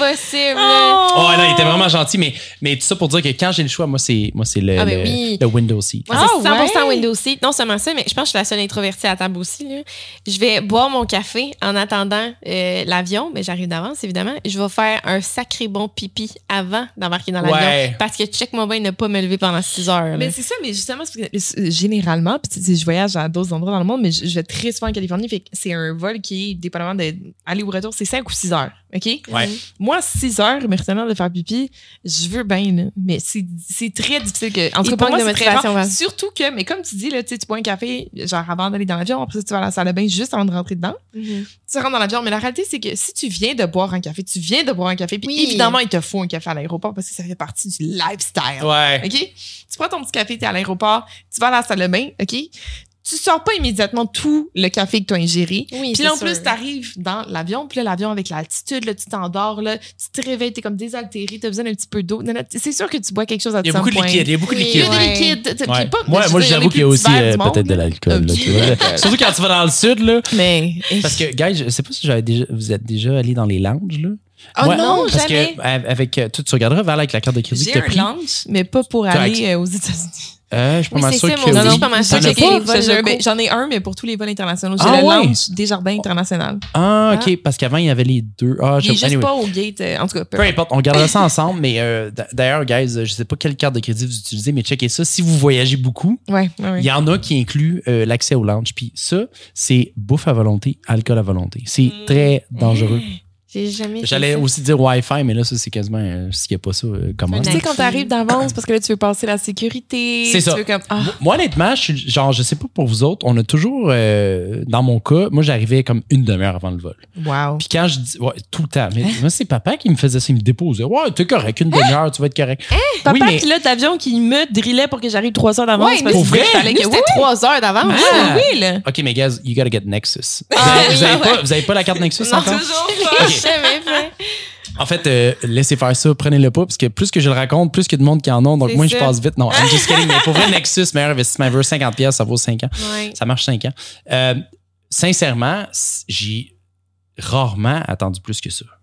possible. Oh! Oh non, il était vraiment gentil, mais, mais tout ça pour dire que quand j'ai le choix, moi, c'est, moi, c'est le, Ah, ben le, oui. le window seat. Moi, Ah, c'est cent pour cent ouais? Windows Seat. Non seulement ça, mais je pense que je suis la seule introvertie à la table aussi. Là. Je vais boire mon café en attendant euh, l'avion, mais j'arrive d'avance, évidemment. Je vais faire un sacré bon pipi avant d'embarquer dans l'avion Ouais. parce que check mon bain ne pas me lever pendant six heures. là. Mais c'est ça, mais justement, c'est parce que, euh, généralement, puis tu sais, je voyage à d'autres endroits dans le monde, mais je, je vais très souvent en Californie, fait que c'est un vol qui est, dépendamment d'aller ou retour, c'est cinq ou six heures, OK? Ouais. Moi, six heures, me retenant de faire pipi, je veux bien, là, mais c'est c'est très difficile. Que, en tout Il cas, pour manque moi, de c'est très motivation, rare. ouais. Surtout que, mais comme tu dis, là, tu sais, tu bois un café, genre avant d'aller dans l'avion, après ça, tu vas à la salle de bain juste avant de rentrer dedans. Mhm. Tu rentres dans l'avion, mais la réalité, c'est que si tu viens de boire un café, tu viens de boire un café, puis Oui. évidemment, il te faut un café à l'aéroport parce que ça fait partie du lifestyle. Ouais. OK? Tu prends ton petit café, t'es à l'aéroport, tu vas à la salle de bain, OK? Tu sors pas immédiatement tout le café que tu as ingéré. Oui, Puis c'est là, en sûr. plus, t'arrives dans l'avion, puis là, l'avion avec l'altitude, là, tu t'endors, là, tu te réveilles, t'es comme désaltéré, t'as besoin d'un petit peu d'eau. Non, non, c'est sûr que tu bois quelque chose à Il y a some beaucoup de point. liquide. Il y a beaucoup de Oui, Il y liquide. a ouais. des liquides. t'as- Ouais. puis pas- Moi, je moi veux dire, j'avoue qu'il y a les aussi plus petits verres euh, du monde, peut-être de là. l'alcool. là, Euh, tu vois. Surtout quand tu vas dans le sud. Là. Mais. Parce que, guys, je sais pas si j'avais déjà, vous êtes déjà allé dans les lounges. Là. Oh Moi, non, parce jamais. que avec, euh, tu, tu regarderas vers là, avec la carte de crédit J'ai que tu as un pris. lunch, mais pas pour T'as aller euh, aux États-Unis. Euh, je suis pas Oui, mal c'est sûr ça, que moi aussi, oui. je suis pas mal sûre T'en as que pas? les vols J'ai- locaux. ben, J'en ai un, mais pour tous les vols internationaux. J'ai Ah le ouais? lunch des jardins internationaux. Ah, OK. Parce qu'avant, il y avait les deux. Ah, Il je est juste anyway. pas au gate. euh, en tout cas, peu Peu importe, on gardera ça ensemble. Mais euh, d- d'ailleurs, guys, je sais pas quelle carte de crédit vous utilisez, mais checkez ça. Si vous voyagez beaucoup, Ouais, ouais, ouais. il y en a qui incluent euh, l'accès au lounge. Puis ça, c'est bouffe à volonté, alcool à volonté. C'est Mm. très dangereux. J'ai jamais fait J'allais ça. aussi dire Wi-Fi, mais là, ça, c'est quasiment. euh, S'il n'y a pas ça, euh, comment? Un Tu sais, quand acquis. t'arrives d'avance, parce que là, tu veux passer la sécurité. C'est tu ça. veux comme, ah, Moi, honnêtement, je suis genre, je sais pas pour vous autres, on a toujours, euh, dans mon cas, moi, j'arrivais comme une demi-heure avant le vol. wow. Puis quand je dis, ouais, tout le temps, mais moi, c'est papa qui me faisait ça, il me déposait. Ouais, t'es correct, une demi-heure, tu vas être correct. Papa oui, mais- pilote d'avion qui me drillait pour que j'arrive trois heures d'avance. Ouais, parce pour qu'il vrai? fallait Nous, que, c'était oui, trois heures d'avance. Ah, oui, là. OK, mais guys, you gotta get Nexus. Ah, vous, avez, oui, vous avez ah pas, ouais. vous avez pas la carte Nexus Non, encore? Toujours J'ai pas. jamais fait. En fait, euh, laissez faire ça, prenez-le pas, parce que plus que je le raconte, plus qu'il y a de monde qui en ont, donc C'est moi, ça. je passe vite. Non, I'm just kidding, mais pour vrai, Nexus, meilleur investissement ever, cinquante pièces, ça vaut cinq ans. Ouais. Ça marche cinq ans. Euh, sincèrement, c- j'ai rarement attendu plus que ça.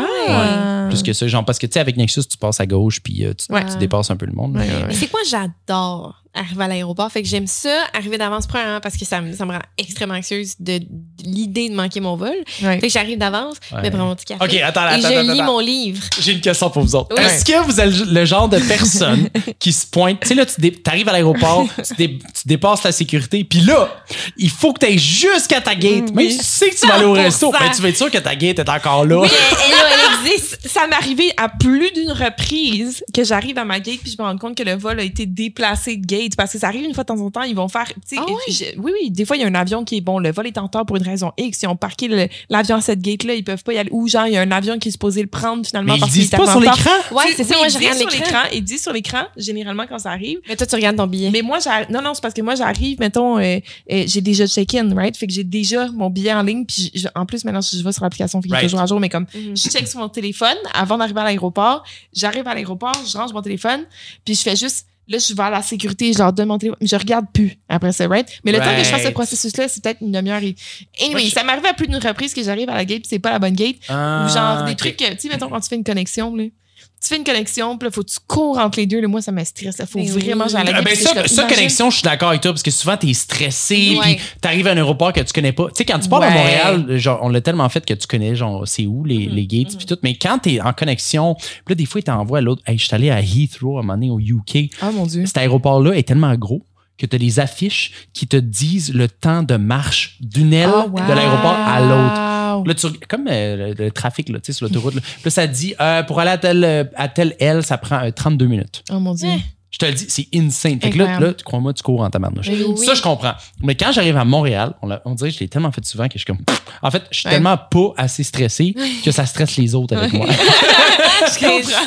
Ah. Plus que ça. Genre, parce que, tu sais, avec Nexus, tu passes à gauche, puis euh, tu, Ouais. tu dépasses un peu le monde. Ouais, ouais, Mais ouais. c'est quoi, j'adore arriver à l'aéroport. Fait que j'aime ça, arriver d'avance, premièrement, parce que ça me, ça me rend extrêmement anxieuse de, de l'idée de manquer mon vol. Ouais. Fait que j'arrive d'avance, Ouais. mais prends mon petit café. OK, attends, Et attends, je attends, lis attends. mon livre. J'ai une question pour vous autres. Oui. Est-ce que vous êtes le, le genre de personne qui se pointe, tu sais, là, tu arrives à l'aéroport, tu, dé- tu dépasses la sécurité, puis là, il faut que tu ailles jusqu'à ta gate. Oui. Même si tu sais que tu vas aller au cent resto, pour cent. mais tu vas être sûr que ta gate est encore là. Oui, et là, elle existe. Ça m'est arrivé à plus d'une reprise que j'arrive à ma gate puis je me rends compte que le vol a été déplacé de gate parce que ça arrive une fois de temps en temps, ils vont faire, tu sais, Ah ouais? je- oui, oui, des fois il y a un avion qui est bon, le vol est en retard pour une raison X, ils ont parqué le- l'avion à cette gate-là, ils peuvent pas y aller, ou genre il y a un avion qui est supposé le prendre finalement Mais ils parce disent qu'il est pas sur arrivé en retard. l'écran. Ouais, Tu sais, c'est ça, oui, moi, ils je disent regarde sur l'écran. l'écran, ils disent sur l'écran, généralement quand ça arrive. Mais toi, tu regardes ton billet. Mais moi, j'arrive- non, non, c'est parce que moi, j'arrive, mettons, euh, euh, j'ai déjà check-in, right? Fait que j'ai déjà mon billet en ligne, puis je- je- en plus, maintenant, je vais sur l'application, fait qu'il est Right. toujours à jour, mais comme, Mhm. je check sur mon téléphone avant d'arriver à l'aéroport. J'arrive à l'aéroport, je range mon téléphone, puis je fais juste, là, je vais à la sécurité, je leur donne mon téléphone, je regarde plus après ça, right? Mais le temps que je fasse ce Right. processus-là, c'est peut-être une demi-heure. Et... Anyway, Moi, je- ça m'arrive à plus d'une reprise que j'arrive à la gate, puis c'est pas la bonne gate. Ah, Ou genre des ok. trucs, euh, tu sais, mettons, quand tu fais une connexion, là. Tu fais une connexion, puis là, faut que tu cours entre les deux. Là, moi, ça me stresse. Il faut Mais vraiment, oui. genre, à la Ah, gate, ben puis je ça, suis comme, ça, imagine- connexion, je suis d'accord avec toi parce que souvent t'es stressé Ouais. puis t'arrives à un aéroport que tu connais pas. Tu sais, quand tu pars Ouais. à Montréal, genre, on l'a tellement fait que tu connais, genre, c'est où les, Mhm, les gates mhm. puis tout. Mais quand t'es en connexion, puis là, des fois, ils t'envoient à l'autre. Hey, je suis allé à Heathrow à un moment donné au U K. Ah, mon Dieu. Cet aéroport-là est tellement gros que tu as des affiches qui te disent le temps de marche d'une aile Ah, wow. de l'aéroport à l'autre. Wow. Là, tu, comme euh, le, le trafic là, tu sais, sur l'autoroute, là. Puis là, ça te dit euh, pour aller à telle, euh, à telle aile, ça prend euh, trente-deux minutes. Oh, mon Dieu. Eh. Je te le dis, c'est insane. Fait que là, Incroyable. là, tu crois-moi, tu cours en tabarnouche. Mais oui. Ça, je comprends. Mais quand j'arrive à Montréal, on, l'a- on dirait que je l'ai tellement fait souvent que je suis comme. Pff. En fait, je suis Ouais. tellement pas assez stressé que ça stresse les autres avec moi. C'est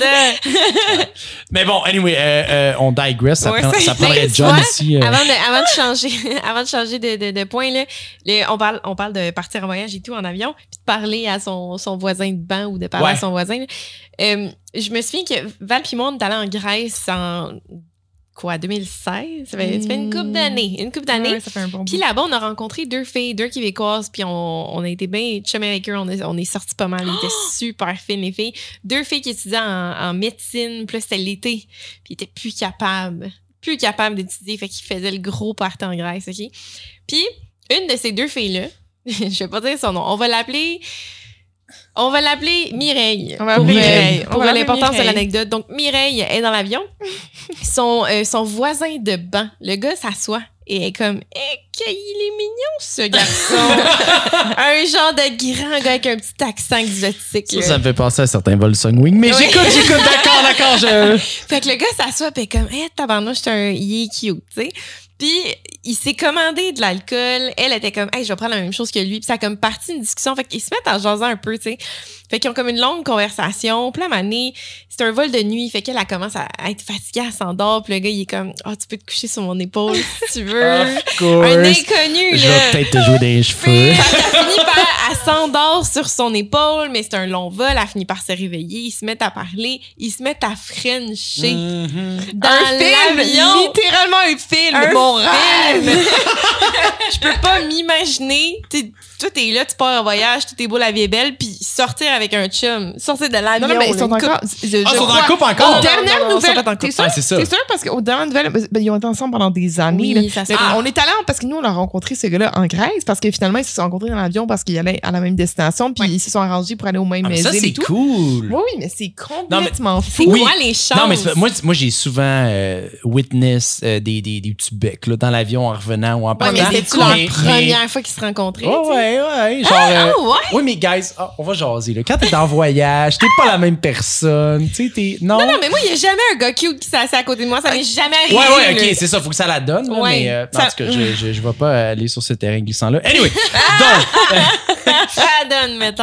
ça. Mais bon, anyway, euh, euh, on digress. Ça, Ouais, prend- c'est- ça prendrait Ben, tu John vois, ici. euh. Avant de, avant de changer, avant de, changer de, de, de point, là, le- on, parle, on parle de partir en voyage et tout en avion, puis de parler à son, son voisin de banc ou de parler Ouais. à son voisin. là. Euh, je me souviens que Val et moi, on est allés en Grèce en quoi, deux mille seize? Ça fait, ça fait une couple d'années. Une couple d'années. Ouais, ça fait un bon Puis là-bas, on a rencontré deux filles, deux québécoises, puis on, on a été bien chumés avec eux. On, a, on est sortis pas mal. Ils étaient super fines, les filles. Deux filles qui étudiaient en, en médecine, puis là, c'était l'été. Puis ils étaient plus capables, plus capables d'étudier. Fait qu'ils faisaient le gros party en Grèce, OK? Puis une de ces deux filles-là, je vais pas dire son nom, on va l'appeler... On va l'appeler Mireille. On va pour appeler euh, Mireille. pour On va l'importance l'appeler de Mireille. l'anecdote. Donc, Mireille est dans l'avion. Son, euh, son voisin de banc, le gars s'assoit et est comme eh, qu'il est mignon, ce garçon. Un genre de grand gars avec un petit accent exotique. Ça, là. ça me fait penser à certains vols Sunwing. Mais Oui. j'écoute, j'écoute, d'accord, d'accord. Je... Fait que le gars s'assoit et est comme eh, tabarnouche, c'est un il est cute, tu sais. Puis il s'est commandé de l'alcool. Elle était comme hey, je vais prendre la même chose que lui. Puis ça a comme parti une discussion. Fait qu'ils se mettent à jaser un peu, tu sais. Fait qu'ils ont comme une longue conversation. Puis là, à un moment donné, c'est un vol de nuit. Fait qu'elle elle commence à être fatiguée, elle s'endort. Puis le gars, il est comme oh, tu peux te coucher sur mon épaule si tu veux. Of course. Un inconnu, Je là. vais peut-être te jouer des cheveux. Puis, elle finit par, elle s'endort sur son épaule, mais c'est un long vol. Elle finit par se réveiller. Ils se mettent à parler. Ils se mettent à frencher Mhm. dans un film, l'avion. littéralement un film, Un mon film. rêve. Je peux pas m'imaginer. T'sais, toi, t'es là, tu pars en voyage, tout est beau, la vie est belle, puis sortir avec un chum. Sortir de l'avion. Non, non, mais ils là, sont une encore. couple- Je, je Ah, ils sont crois- en couple Oh, encore? non, Dernière non, non, nouvelle. ils sont pas en T'es couple. sûr? Ah, c'est ça. T'es sûr? Parce qu'aux dernières nouvelles, ben, ils ont été ensemble pendant des années. Oui, là. ça se Le- peut. On est allé en- parce que nous, on a rencontré ce gars-là en Grèce parce que finalement, ils se sont rencontrés dans l'avion parce qu'ils allaient à la même destination puis ils se sont arrangés pour aller au même Ah, mais ça, île c'est et tout. cool. Oui, oui, mais c'est complètement C'est fou. Oui. quoi les chances? Non, mais c'est- moi, moi j'ai souvent euh, witness euh, des, des, des petits becs là, dans l'avion en revenant ou en Ouais, partant. mais c'était-tu leur Mais- première fois qu'ils se rencontraient? Oh, tu sais? ouais, ouais. Genre, Ah, euh, ouais? oui, mais guys, ah, on va jaser. Là. Quand t'es en voyage, t'es pas la même personne. Tu sais, t'es. Non. Non, non, mais moi, il n'y a jamais un gars cute qui s'est assis à côté de moi. Ça m'est jamais arrivé. Ouais, ouais, là. ok, c'est ça, faut que ça la donne. Là, Ouais. mais euh, Ça- en tout cas, je, je, je vais pas aller sur ce terrain glissant-là. Anyway, donc, Ça donne, mettons.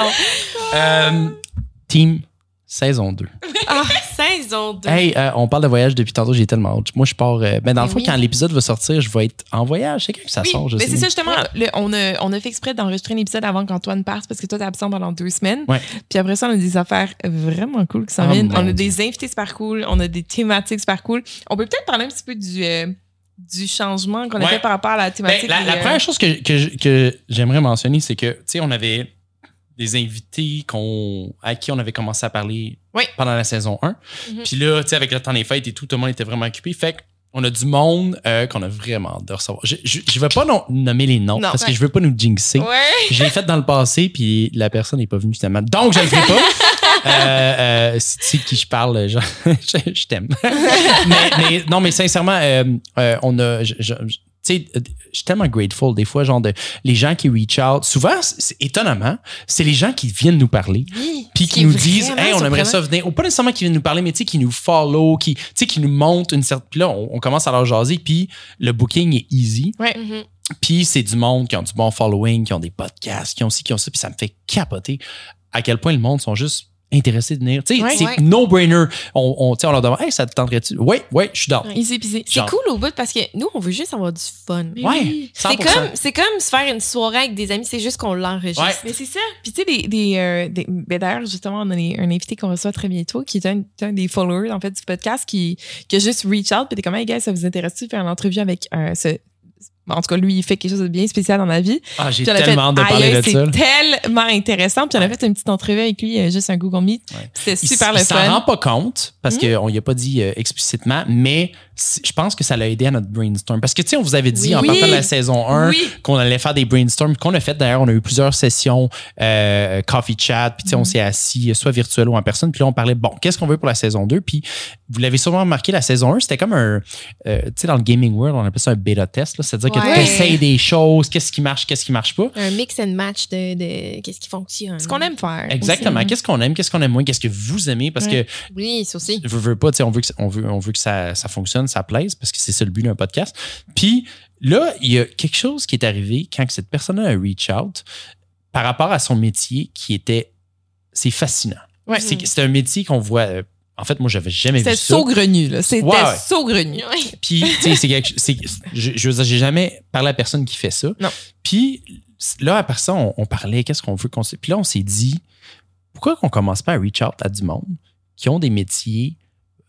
euh, Team saison deux. Ah, saison deux. Hey, euh, on parle de voyage depuis tantôt, j'ai tellement hâte. Moi, je pars. euh, ben, dans le Mais fond, oui. quand l'épisode va sortir, je vais être en voyage. C'est quand que ça Oui, sort, je mais sais. c'est ça même. justement. le- on, a, on a fait exprès d'enregistrer un épisode avant qu'Antoine parte parce que toi, t'es absent pendant deux semaines. Ouais. Puis après ça, on a des affaires vraiment cool qui s'en Oh, viennent. mon On a Dieu. des invités super cool. On a des thématiques super cool. On peut peut-être parler un petit peu du, euh, du changement qu'on a Ouais. fait par rapport à la Ben, thématique. la, la des, euh, première chose que, que, je- que j'aimerais mentionner, c'est que, tu sais, on avait des invités qu'on, à qui on avait commencé à parler Oui. pendant la saison un. Mhm. Puis là, tu sais, avec le temps des fêtes et tout, tout le monde était vraiment occupé. Fait qu'on a du monde euh, qu'on a vraiment hâte de recevoir. Je, je, je vais pas non- nommer les noms Non. parce que Ouais. je veux pas nous jinxer. Ouais. Je l'ai fait dans le passé, puis la personne n'est pas venue finalement. Donc, je le ferai pas. euh, euh, si tu sais de qui je parle, genre, je, je t'aime. mais, mais non, mais sincèrement, euh, euh, on a. je- je- je- tu sais, euh, je suis tellement grateful des fois, genre, de, les gens qui reach out. Souvent, c'est- c'est- étonnamment, c'est les gens qui viennent nous parler. Oui, Puis ce qui qui est nous disent, vraiment hey, on aimerait surprenant. ça venir. Ou pas nécessairement qui viennent nous parler, mais tu sais, qui nous follow, qui, tu sais, qui nous montrent une certaine. Puis là, on, on commence à leur jaser, puis le booking est easy. Mhm. Puis c'est du monde qui ont du bon following, qui ont des podcasts, qui ont ci, qui ont ça. Puis ça me fait capoter à quel point le monde sont juste intéressés de venir. Tu sais, Ouais, c'est ouais. no-brainer. On, on, tu sais, on leur demande, hey, ça te tenterait-tu? Oui, oui, je suis down. Ouais. Easy peasy. C'est Genre. cool au bout parce que nous, on veut juste avoir du fun. Ouais, C'est cent pour cent. comme, c'est comme se faire une soirée avec des amis, c'est juste qu'on l'enregistre. Ouais. Mais c'est ça. Puis tu sais, des, des, euh, des- ben d'ailleurs, justement, on a des- un invité qu'on reçoit très bientôt qui est un, un des followers en fait du podcast qui, qui a juste reach out puis t'es comme hey guys, ça vous intéresse-tu de faire une entrevue avec un ce en tout cas, lui, il fait quelque chose de bien spécial dans la vie. Ah, j'ai Puis on a tellement hâte de fait, parler aïe, de ça. c'est tellement intéressant. Puis on a fait une petite entrevue avec lui, euh, juste un Google Meet. Ouais. C'était Il super s- le il s'en fun. rend pas compte parce Mm. qu'on y a pas dit euh, explicitement, mais c'est- je pense que ça l'a aidé à notre brainstorm. Parce que, tu sais, on vous avait dit Oui. en Oui. partant de la saison un Oui. qu'on allait faire des brainstorms, qu'on a fait d'ailleurs. On a eu plusieurs sessions euh, coffee chat, puis tu sais, on Mm. s'est assis, soit virtuel ou en personne. Puis là, on parlait, bon, qu'est-ce qu'on veut pour la saison deux? Puis vous l'avez sûrement remarqué, la saison un, c'était comme un, euh, tu sais, dans le gaming world, on appelle ça un bêta test. là. C'est-à-dire que Ouais. tu essayes des choses, qu'est-ce qui marche, qu'est-ce qui marche pas. Un mix and match de, de qu'est-ce qui fonctionne. Ce qu'on aime faire. Exactement. aussi. Qu'est-ce qu'on aime, qu'est-ce qu'on aime moins, qu'est-ce que vous aimez? Parce Ouais. que Oui, ça aussi. je veux pas, tu sais, on veut que, on veut, on veut que ça, ça fonctionne, ça plaise, parce que c'est ça le but d'un podcast. Puis là, il y a quelque chose qui est arrivé quand cette personne-là a reach out par rapport à son métier qui était, c'est fascinant. Ouais. C'est, c'est un métier qu'on voit, euh, en fait, moi, j'avais jamais vu C'était ça. saugrenu, là. C'était Ouais, ouais. saugrenu. Ouais. Puis, tu sais, c'est quelque c'est, je, je veux dire, j'ai jamais parlé à personne qui fait ça. Non. Puis là, après ça, on, on parlait, qu'est-ce qu'on veut qu'on se... Puis là, on s'est dit, pourquoi qu'on commence pas à reach out à du monde qui ont des métiers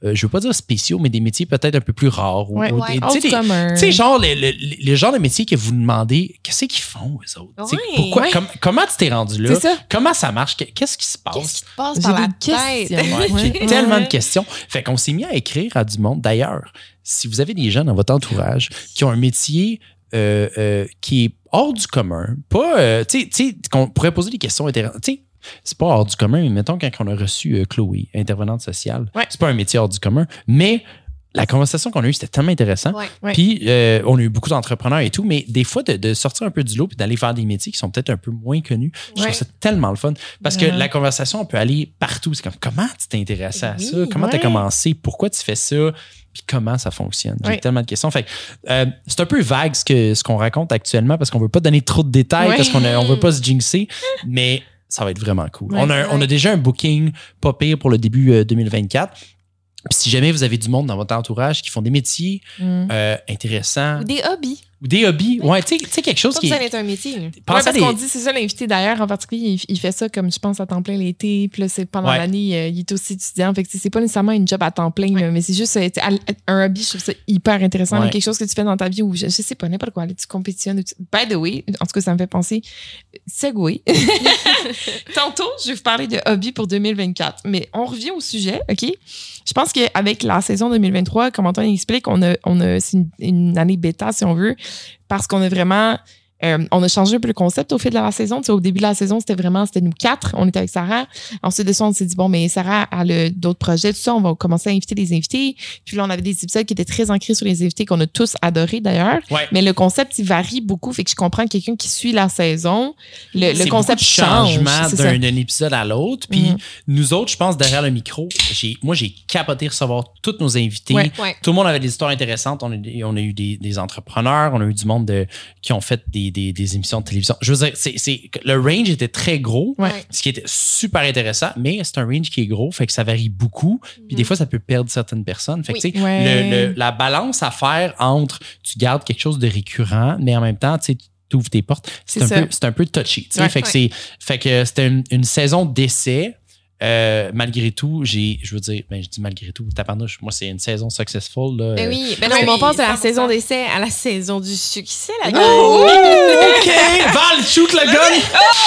euh, je veux pas dire spéciaux, mais des métiers peut-être un peu plus rares. Ou, Ouais, ou ouais. des- Hors tu sais, du des- commun. tu sais, genre, le, le, le, le genre de métier que vous demandez, qu'est-ce qu'ils font, eux autres? Tu sais, Ouais. pourquoi, Ouais. com- comment tu t'es rendu là? C'est ça. Comment ça marche? Que- Qu'est-ce qui se passe? Qu'est-ce qui te passe J'ai par la des tête? questions. Ouais, Ouais. j'ai Ouais. tellement Ouais. de questions. Fait qu'on s'est mis à écrire à du monde. D'ailleurs, si vous avez des gens dans votre entourage qui ont un métier euh, euh, qui est hors du commun, pas, euh, tu sais, tu sais, qu'on pourrait poser des questions intéressantes. Tu sais, c'est pas hors du commun, mais mettons quand on a reçu euh, Chloé, intervenante sociale, Ouais. c'est pas un métier hors du commun, mais la conversation qu'on a eue, c'était tellement intéressant. Ouais. Ouais. Puis, euh, on a eu beaucoup d'entrepreneurs et tout, mais des fois, de, de sortir un peu du lot puis d'aller faire des métiers qui sont peut-être un peu moins connus, je Ouais. trouve ça tellement le fun. Parce que Ouais. la conversation, on peut aller partout. C'est comme, comment tu t'es intéressé à Oui, ça? Comment tu as ouais. commencé? Pourquoi tu fais ça? Puis comment ça fonctionne? J'ai Ouais. tellement de questions. Fait que, euh, c'est un peu vague ce, que, ce qu'on raconte actuellement parce qu'on veut pas donner trop de détails Ouais. parce qu'on a- on veut pas se jinxer, mais ça va être vraiment cool. Ouais. on, a, un- on a déjà un booking pas pire pour le début euh, deux mille vingt-quatre. Puis si jamais vous avez du monde dans votre entourage qui font des métiers Mm. euh, intéressants Ou des hobbies. ou des hobbies, ouais, tu sais- tu sais, quelque chose Pas qui besoin est. d'être un métier. là. Ouais, Pensez à parce des- qu'on dit, c'est ça, l'invité d'ailleurs, en particulier, il, il fait ça comme je pense à temps plein l'été, puis là, c'est pendant Ouais. l'année, euh, il est aussi étudiant. Fait que tu sais, c'est pas nécessairement une job à temps plein, là, mais c'est juste euh, tu sais, à- un hobby, je trouve ça hyper intéressant. Ouais. mais quelque chose que tu fais dans ta vie où je, je sais pas, n'importe quoi, aller, tu compétitionnes. ou tu- By the way, en tout cas, ça me fait penser. Segway. Tantôt, je vais vous parler de hobby pour deux mille vingt-quatre, mais on revient au sujet, OK? Je pense qu'avec la saison deux mille vingt-trois, comme Antoine explique, on a, on a, c'est une, une année bêta, si on veut, parce qu'on a vraiment. Euh, on a changé un peu le concept au fil de la saison. Tu sais, au début de la saison, c'était vraiment, c'était nous quatre. On était avec Sarah. Ensuite de ça, on s'est dit, bon, mais Sarah a le- d'autres projets, tout ça. On va commencer à inviter des invités. Puis là, on avait des épisodes qui étaient très ancrés sur les invités qu'on a tous adorés d'ailleurs. Ouais. Mais le concept, il varie beaucoup. Fait que je comprends quelqu'un qui suit la saison. Le, le C'est concept beaucoup de change. changement c'est ça. d'un, d'un épisode à l'autre. Puis Mhm. nous autres, je pense, derrière le micro, j'ai, moi, j'ai capoté recevoir tous nos invités. Ouais. Ouais. Tout le monde avait des histoires intéressantes. On a, on a eu des, des entrepreneurs, on a eu du monde de, qui ont fait des, des, des émissions de télévision. Je veux dire, c'est, c'est, le range était très gros, Ouais. ce qui était super intéressant, mais c'est un range qui est gros, fait que ça varie beaucoup. Puis des fois, ça peut perdre certaines personnes. Fait que, Oui. tu sais, Ouais. le- le- la balance à faire entre tu gardes quelque chose de récurrent, mais en même temps, tu sais, tu ouvres tes portes, c'est, C'est un ça. peu, c'est un peu touchy. tu sais. Ouais. fait, que Ouais. c'est, fait que c'était une, une saison d'essai. Euh, malgré tout, j'ai, je veux dire, ben, je dis malgré tout, tabarnouche, moi, c'est une saison successful. Là, Ben Euh, oui, ben non, Oui, mais on passe de la cent pour cent. saison d'essai à la saison du succès, la Oh, gueule. OK! Val, shoot le gun!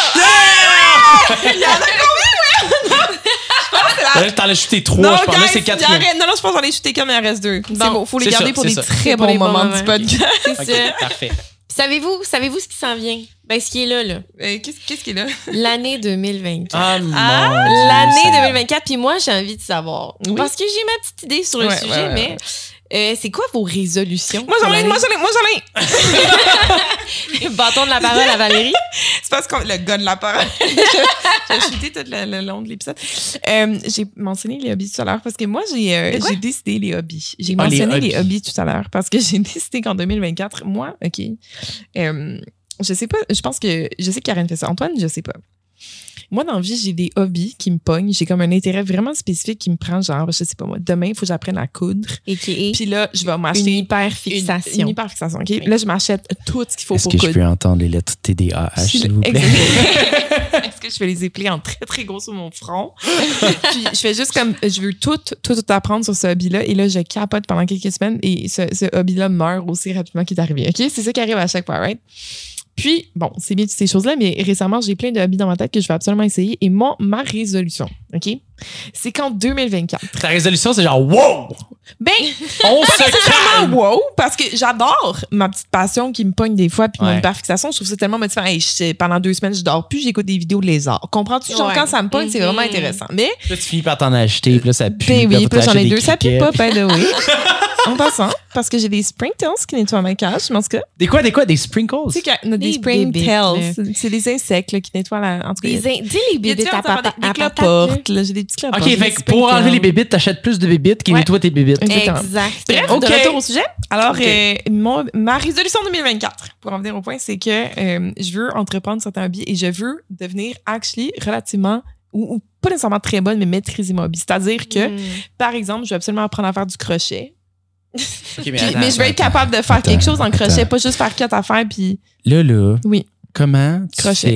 Yeah! T'en as shooté trois, Non, je pense. Là, guys, c'est il quatrième. arrête. Non, non, je pense qu'on est shooté comme il en reste deux. c'est bon, faut les c'est garder ça, pour c'est des ça. très Pour bons les bons moments moments. du podcast. C'est OK, ça. parfait. Savez-vous, savez-vous ce qui s'en vient? Ben, ce qui est là, là. Euh, qu'est-ce, qu'est-ce qu'il est là? L'année deux mille vingt-quatre. Ah, mon Ah, Dieu, L'année Seigneur. deux mille vingt-quatre, puis moi, j'ai envie de savoir. Oui. Parce que j'ai ma petite idée sur le Ouais, sujet, ouais, ouais, mais euh, c'est quoi vos résolutions? Moi, j'en ai, pour moi, j'en ai, moi, j'en ai. l'année? Bâton de la parole à Valérie. C'est parce que le gars de la parole. J'ai chuté tout le, le long de l'épisode. Euh, j'ai mentionné les hobbies tout à l'heure parce que moi, j'ai, euh, De quoi? j'ai décidé les hobbies. J'ai Ah, les mentionné les hobbies. hobbies. tout à l'heure parce que j'ai décidé qu'en deux mille vingt-quatre, moi, OK, euh, je sais pas, je pense que, je sais que Karen fait ça. Antoine, je sais pas. Moi, dans la vie, j'ai des hobbies qui me pognent. J'ai comme un intérêt vraiment spécifique qui me prend, genre, je sais pas moi, demain, il faut que j'apprenne à coudre. Et qui est Puis là, je vais une m'acheter hyperfixation. Une, une hyperfixation, OK? Là, je m'achète tout ce qu'il faut Est-ce pour que je coudre. peux entendre les lettres T D A H, s'il vous plaît? Exactement. Est-ce que je fais les épeler en très, très gros sur mon front? Puis je fais juste comme, je veux tout, tout, tout apprendre sur ce hobby-là. Et là, je capote pendant quelques semaines et ce, ce hobby-là meurt aussi rapidement qu'il est arrivé. OK? C'est ça qui arrive à chaque fois, right? Puis, bon, c'est bien toutes ces choses-là, mais récemment, j'ai plein de hobbies dans ma tête que je vais absolument essayer. Et moi, ma résolution, OK? C'est qu'en deux mille vingt-quatre. Ta résolution, c'est genre, wow! Ben, On se ah, calme! wow! Parce que j'adore ma petite passion qui me pogne des fois, puis Ouais. mon hyperfixation, je trouve ça tellement motivant. Hey, je- pendant deux semaines, je dors plus, j'écoute des vidéos de lézards. Comprends-tu? Genre, Ouais. quand ça me pogne, c'est vraiment Mhm. intéressant. Mais, Là, tu finis par t'en acheter, puis là, ça pue. ben là, oui, faut puis là, j'en t'acheter ai des deux, ça pue crickets. pas, by the way. En passant, parce que j'ai des Springtails qui nettoient ma cage. Je pense que, Des quoi, des quoi? Des sprinkles? tu sais, qu'il y a des Des Springtails. bébites, C'est- C'est des insectes là, qui nettoient la. En tout cas, Des in- dis les il y a bébés différentes à affaires, papa. des, à des patate, cloportes, là. J'ai des petits cloportes. OK, des fait que pour Springtails. enlever les bébites, t'achètes plus de bébites qui Ouais. nettoient tes bébites. là. Exactement. Exact. Bref, OK. de retour au sujet. Alors, OK. euh, mon- ma résolution deux mille vingt-quatre, pour en venir au point, c'est que euh, je veux entreprendre certains hobbies et je veux devenir actually relativement, ou, ou pas nécessairement très bonne, mais maîtriser mon hobby. C'est-à-dire que, Mm. par exemple, je veux absolument apprendre à faire du crochet. OK, mais, Puis- attends, mais je veux être attends. capable de faire quelque Attends, chose en crochet, attends. pas juste faire quatre affaires. Puis Là, là, oui. comment tu Crochet. fais...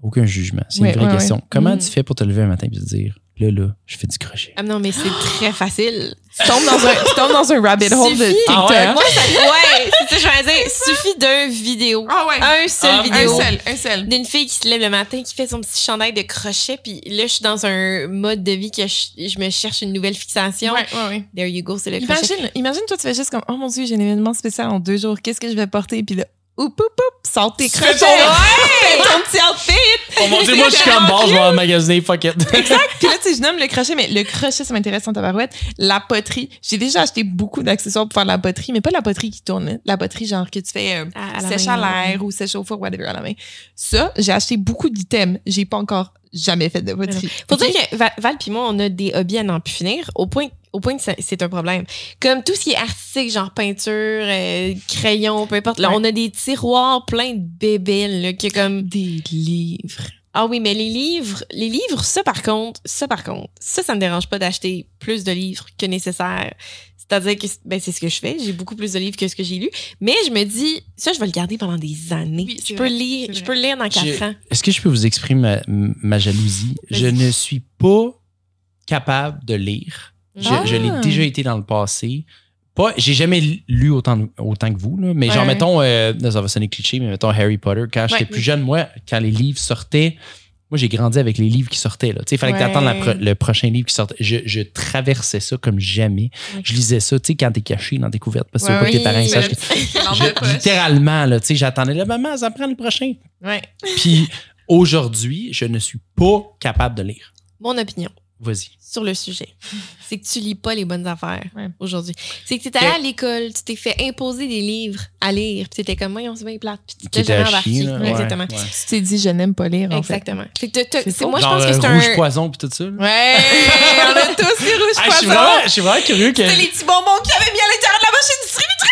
Aucun jugement. C'est Ouais, une vraie ouais, question. ouais. Comment Mm. tu fais pour te lever un matin et te dire, là, là, je fais du crochet? Ah non, mais c'est très facile. Tu tombes dans un, tu tombes dans un rabbit hole de Suffit. TikTok. Ah ouais? Moi, ça, ouais, c'est ça que je vais dire. Suffit d'un vidéo. Ah ouais. Un seul Ah, vidéo. Un seul, un seul. D'une fille qui se lève le matin, qui fait son petit chandail de crochet, puis là, je suis dans un mode de vie que je, je me cherche une nouvelle fixation. Ouais, ouais, ouais. There you go, c'est le crochet. Imagine, imagine, toi, tu fais juste comme, oh mon Dieu, j'ai un événement spécial en deux jours. Qu'est-ce que je vais porter? Puis là, oup, oup, oup, sors tes Tu fais crochets. ton- Ouais! ton petit outfit. Oh mon Dieu, moi, je suis comme bon, je vais en magasiner, fuck it. Exact. Puis là, tu sais, je nomme le crochet, mais le crochet, ça m'intéresse en tabarouette. La poterie. J'ai déjà acheté beaucoup d'accessoires pour faire de la poterie, mais pas la poterie qui tourne. Là. La poterie, genre, que tu fais euh, À- à la sèche main, à l'air ou sèche au four, whatever, à la main. Ça, j'ai acheté beaucoup d'items. J'ai pas encore jamais fait de poterie. Faut Ok? dire que Val, Val puis moi, on a des hobbies à n'en plus finir, au point, au point que ça- c'est un problème. Comme tout ce qui est artistique, genre peinture, euh, crayon, peu importe, là, Ouais. on a des tiroirs pleins de bébelles, là, qui est comme... Des livres. Ah oui, mais les livres, les livres, ça par contre, ça par contre, ça, ça me dérange pas d'acheter plus de livres que nécessaire. C'est-à-dire que ben, c'est ce que je fais. J'ai beaucoup plus de livres que ce que j'ai lu. Mais je me dis, ça, je vais le garder pendant des années. Oui, c'est je peux vrai, lire, c'est je vrai. peux le lire dans quatre J'ai- ans. Est-ce que je peux vous exprimer ma, ma jalousie? Je Vas-y. ne suis pas capable de lire. Je, Ah! je l'ai déjà été dans le passé. Pas, j'ai jamais lu autant, autant que vous, là, mais genre, Ouais. mettons, euh, là, ça va sonner cliché, mais mettons Harry Potter. Quand j'étais Ouais. plus jeune, moi, quand les livres sortaient, moi, j'ai grandi avec les livres qui sortaient. Là. Tu sais, il fallait que Ouais. tu attendes la pro- le prochain livre qui sortait. Je, je traversais ça comme jamais. Ouais. Je lisais ça, tu sais, quand t'es caché dans tes couvertes, parce que tu veux Ouais, pas que tes oui, parents ils c'est sachent. le que- Je- littéralement, là, tu sais, j'attendais là, maman, ça prend le prochain. Ouais. Puis aujourd'hui, je ne suis pas capable de lire. Mon opinion Vas-y. sur le sujet, c'est que tu lis pas les bonnes affaires Ouais. aujourd'hui. C'est que tu étais allé à l'école, tu t'es fait imposer des livres à lire, puis tu étais comme, moi, on se met plate, puis tu Qui t'es était jamais à embarqué. chier, là. Ouais, Ouais, Exactement. ouais. Tu t'es dit, je n'aime pas lire, en fait. Exactement. Fait que t'as- t'as- C'est c'est- faux. moi, je Genre pense que euh, c'est rouge un. poison puis tout ça. là. Ouais! On a tous les rouges Ah, je suis poissons. vraiment, je suis vraiment curieux que C'est les petits bonbons qu'il y avait mis à l'intérieur de la machine distributrice.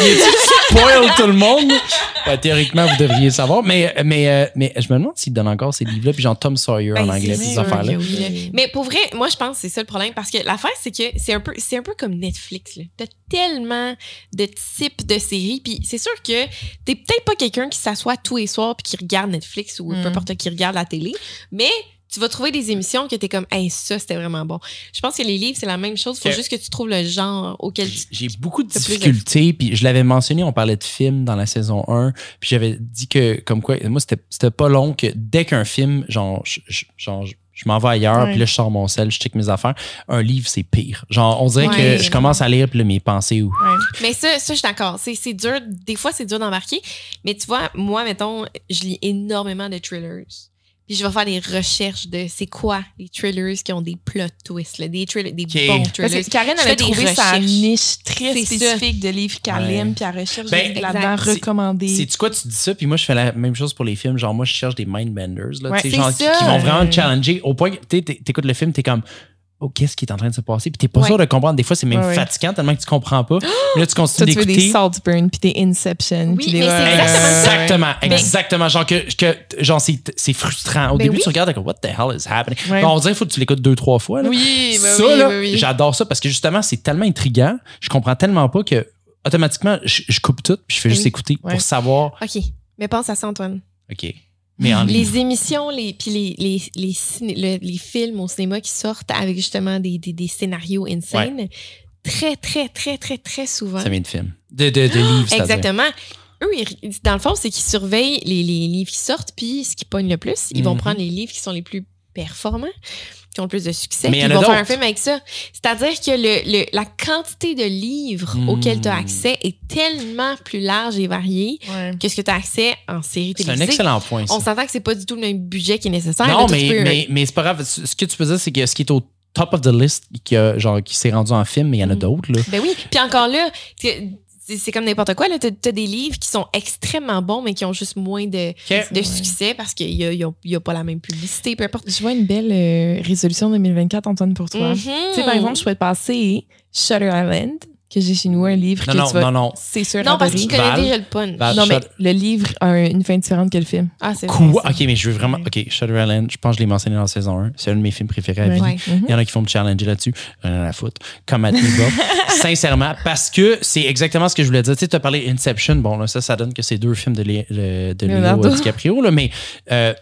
tu spoil tout le monde. Ouais, théoriquement, vous devriez savoir. Mais, mais, euh, mais je me demande s'il donne encore ces livres-là, puis genre Tom Sawyer Ben, en anglais, c'est ces sûr affaires-là. que oui, là. Mais pour vrai, moi, je pense que c'est ça le problème. Parce que l'affaire, c'est que c'est un peu, c'est un peu comme Netflix. Là. T'as tellement de types de séries. Puis c'est sûr que t'es peut-être pas quelqu'un qui s'assoit tous les soirs puis qui regarde Netflix ou Mm. peu importe qui regarde la télé. Mais tu vas trouver des émissions que t'es comme, hey, ça, c'était vraiment bon. Je pense que les livres, c'est la même chose. Faut Ok. juste que tu trouves le genre auquel tu. J'ai beaucoup de T'as plus de- difficultés, puis je l'avais mentionné, on parlait de films dans la saison un, puis j'avais dit que, comme quoi, moi, c'était c'était pas long que dès qu'un film, genre, je, je- genre, je- je m'en vais ailleurs, Ouais. puis là, je sors mon sel, je check mes affaires. Un livre, c'est pire. Genre, on dirait Ouais. que je commence à lire, puis là, mes pensées, ou Mais ça, ça je suis d'accord. C'est c'est dur. Des fois, c'est dur d'embarquer. Mais tu vois, moi, mettons, je lis énormément de thrillers. Puis je vais faire des recherches de c'est quoi les thrillers qui ont des plot twists, là, des, thrillers, des Ok. bons Parce thrillers. que Karen Je avait fais des trouvé sa recherches. niche très C'est spécifique de livres qu'elle Ouais. aime, puis elle recherche Ben, des livres là-dedans exact. recommandés. C'est quoi, tu dis ça, puis moi, je fais la même chose pour les films. Genre, moi, je cherche des mindbenders, là, Ouais, tu sais, c'est genre, qui, ça. qui vont vraiment te challenger au point que, tu sais, t'é- t'écoutes le film, t'es comme, oh, qu'est-ce qui est en train de se passer? Puis t'es pas Ouais. sûr de comprendre. Des fois, c'est même Ouais, ouais. fatigant tellement que tu comprends pas. Mais là, tu Toi, continues tu veux des d'écouter. Saltburn, puis des Inception. Oui, puis des- mais c'est ouais, exactement ouais, ça. ouais. Exactement, Mais- exactement. Genre, que, que, genre c'est, c'est frustrant. Au Ben début, oui. tu regardes, comme, what the hell is happening? Ouais. Bon, on dirait qu'il faut que tu l'écoutes deux, trois fois. Là. Oui, bah ça, oui, là, oui, oui. j'adore ça parce que justement, c'est tellement intriguant. Je comprends tellement pas que automatiquement, je, je coupe tout puis je fais Ben juste oui. écouter Ouais. pour savoir. OK. Mais pense à ça, Antoine. OK. Mais en livre. Les émissions, les, puis les, les, les, ciné- le- les films au cinéma qui sortent avec justement des, des, des scénarios insane, très, très, très, très, très souvent. Ça vient de films. De, de, de livres, c'est-à-dire. Exactement. Eux, ils- dans le fond, c'est qu'ils surveillent les, les livres qui sortent, puis ce qui pogne le plus, ils vont Mhm. prendre les livres qui sont les plus performants, qui ont le plus de succès, Mais il puis y ils en a vont faire un d'autres. film avec ça. C'est-à-dire que le, le- la quantité de livres Mhm. auxquels tu as accès est tellement plus large et variée Ouais. que ce que tu as accès en série C'est un télévisée. excellent point, ça. On s'entend que c'est pas du tout le même budget qui est nécessaire. là, Non, toi, tu mais, peux- mais, mais c'est pas grave. Ce que tu peux dire, c'est que ce qui est au top of the list, qui, a, genre, qui s'est rendu en film, mais il y en a Mhm. d'autres. Là. Ben oui. Puis encore là, c'est c'est comme n'importe quoi. Tu as des livres qui sont extrêmement bons, mais qui ont juste moins de, OK. de succès parce qu'il n'y a, il y a- il y a pas la même publicité, peu importe. Je vois une belle euh, résolution deux mille vingt-quatre, Antoine, pour toi. Mhm. Tu sais, par exemple, je souhaite passer Shutter Island, que j'ai chez nous, un livre Non, que non, tu vas... non, non. C'est sûr, Non, parce adorer. qu'il connaît Val. déjà le punch. Val. Non, mais Shut- le livre a une fin différente que le film. Ah, c'est Quoi? vrai, ça. OK, mais je veux vraiment... OK, Shutter Island, je pense que je l'ai mentionné dans la saison un. C'est un de mes films préférés à vie. Ouais. Mhm. Il y en a qui font me challenger là-dessus. Rien à la foutre. Comme à Tiba. Sincèrement, parce que c'est exactement ce que je voulais dire. Tu sais, tu as parlé Inception. Bon, là, ça, ça donne que c'est deux films de, Lé- le- de Leo Leonardo. DiCaprio, là, mais euh,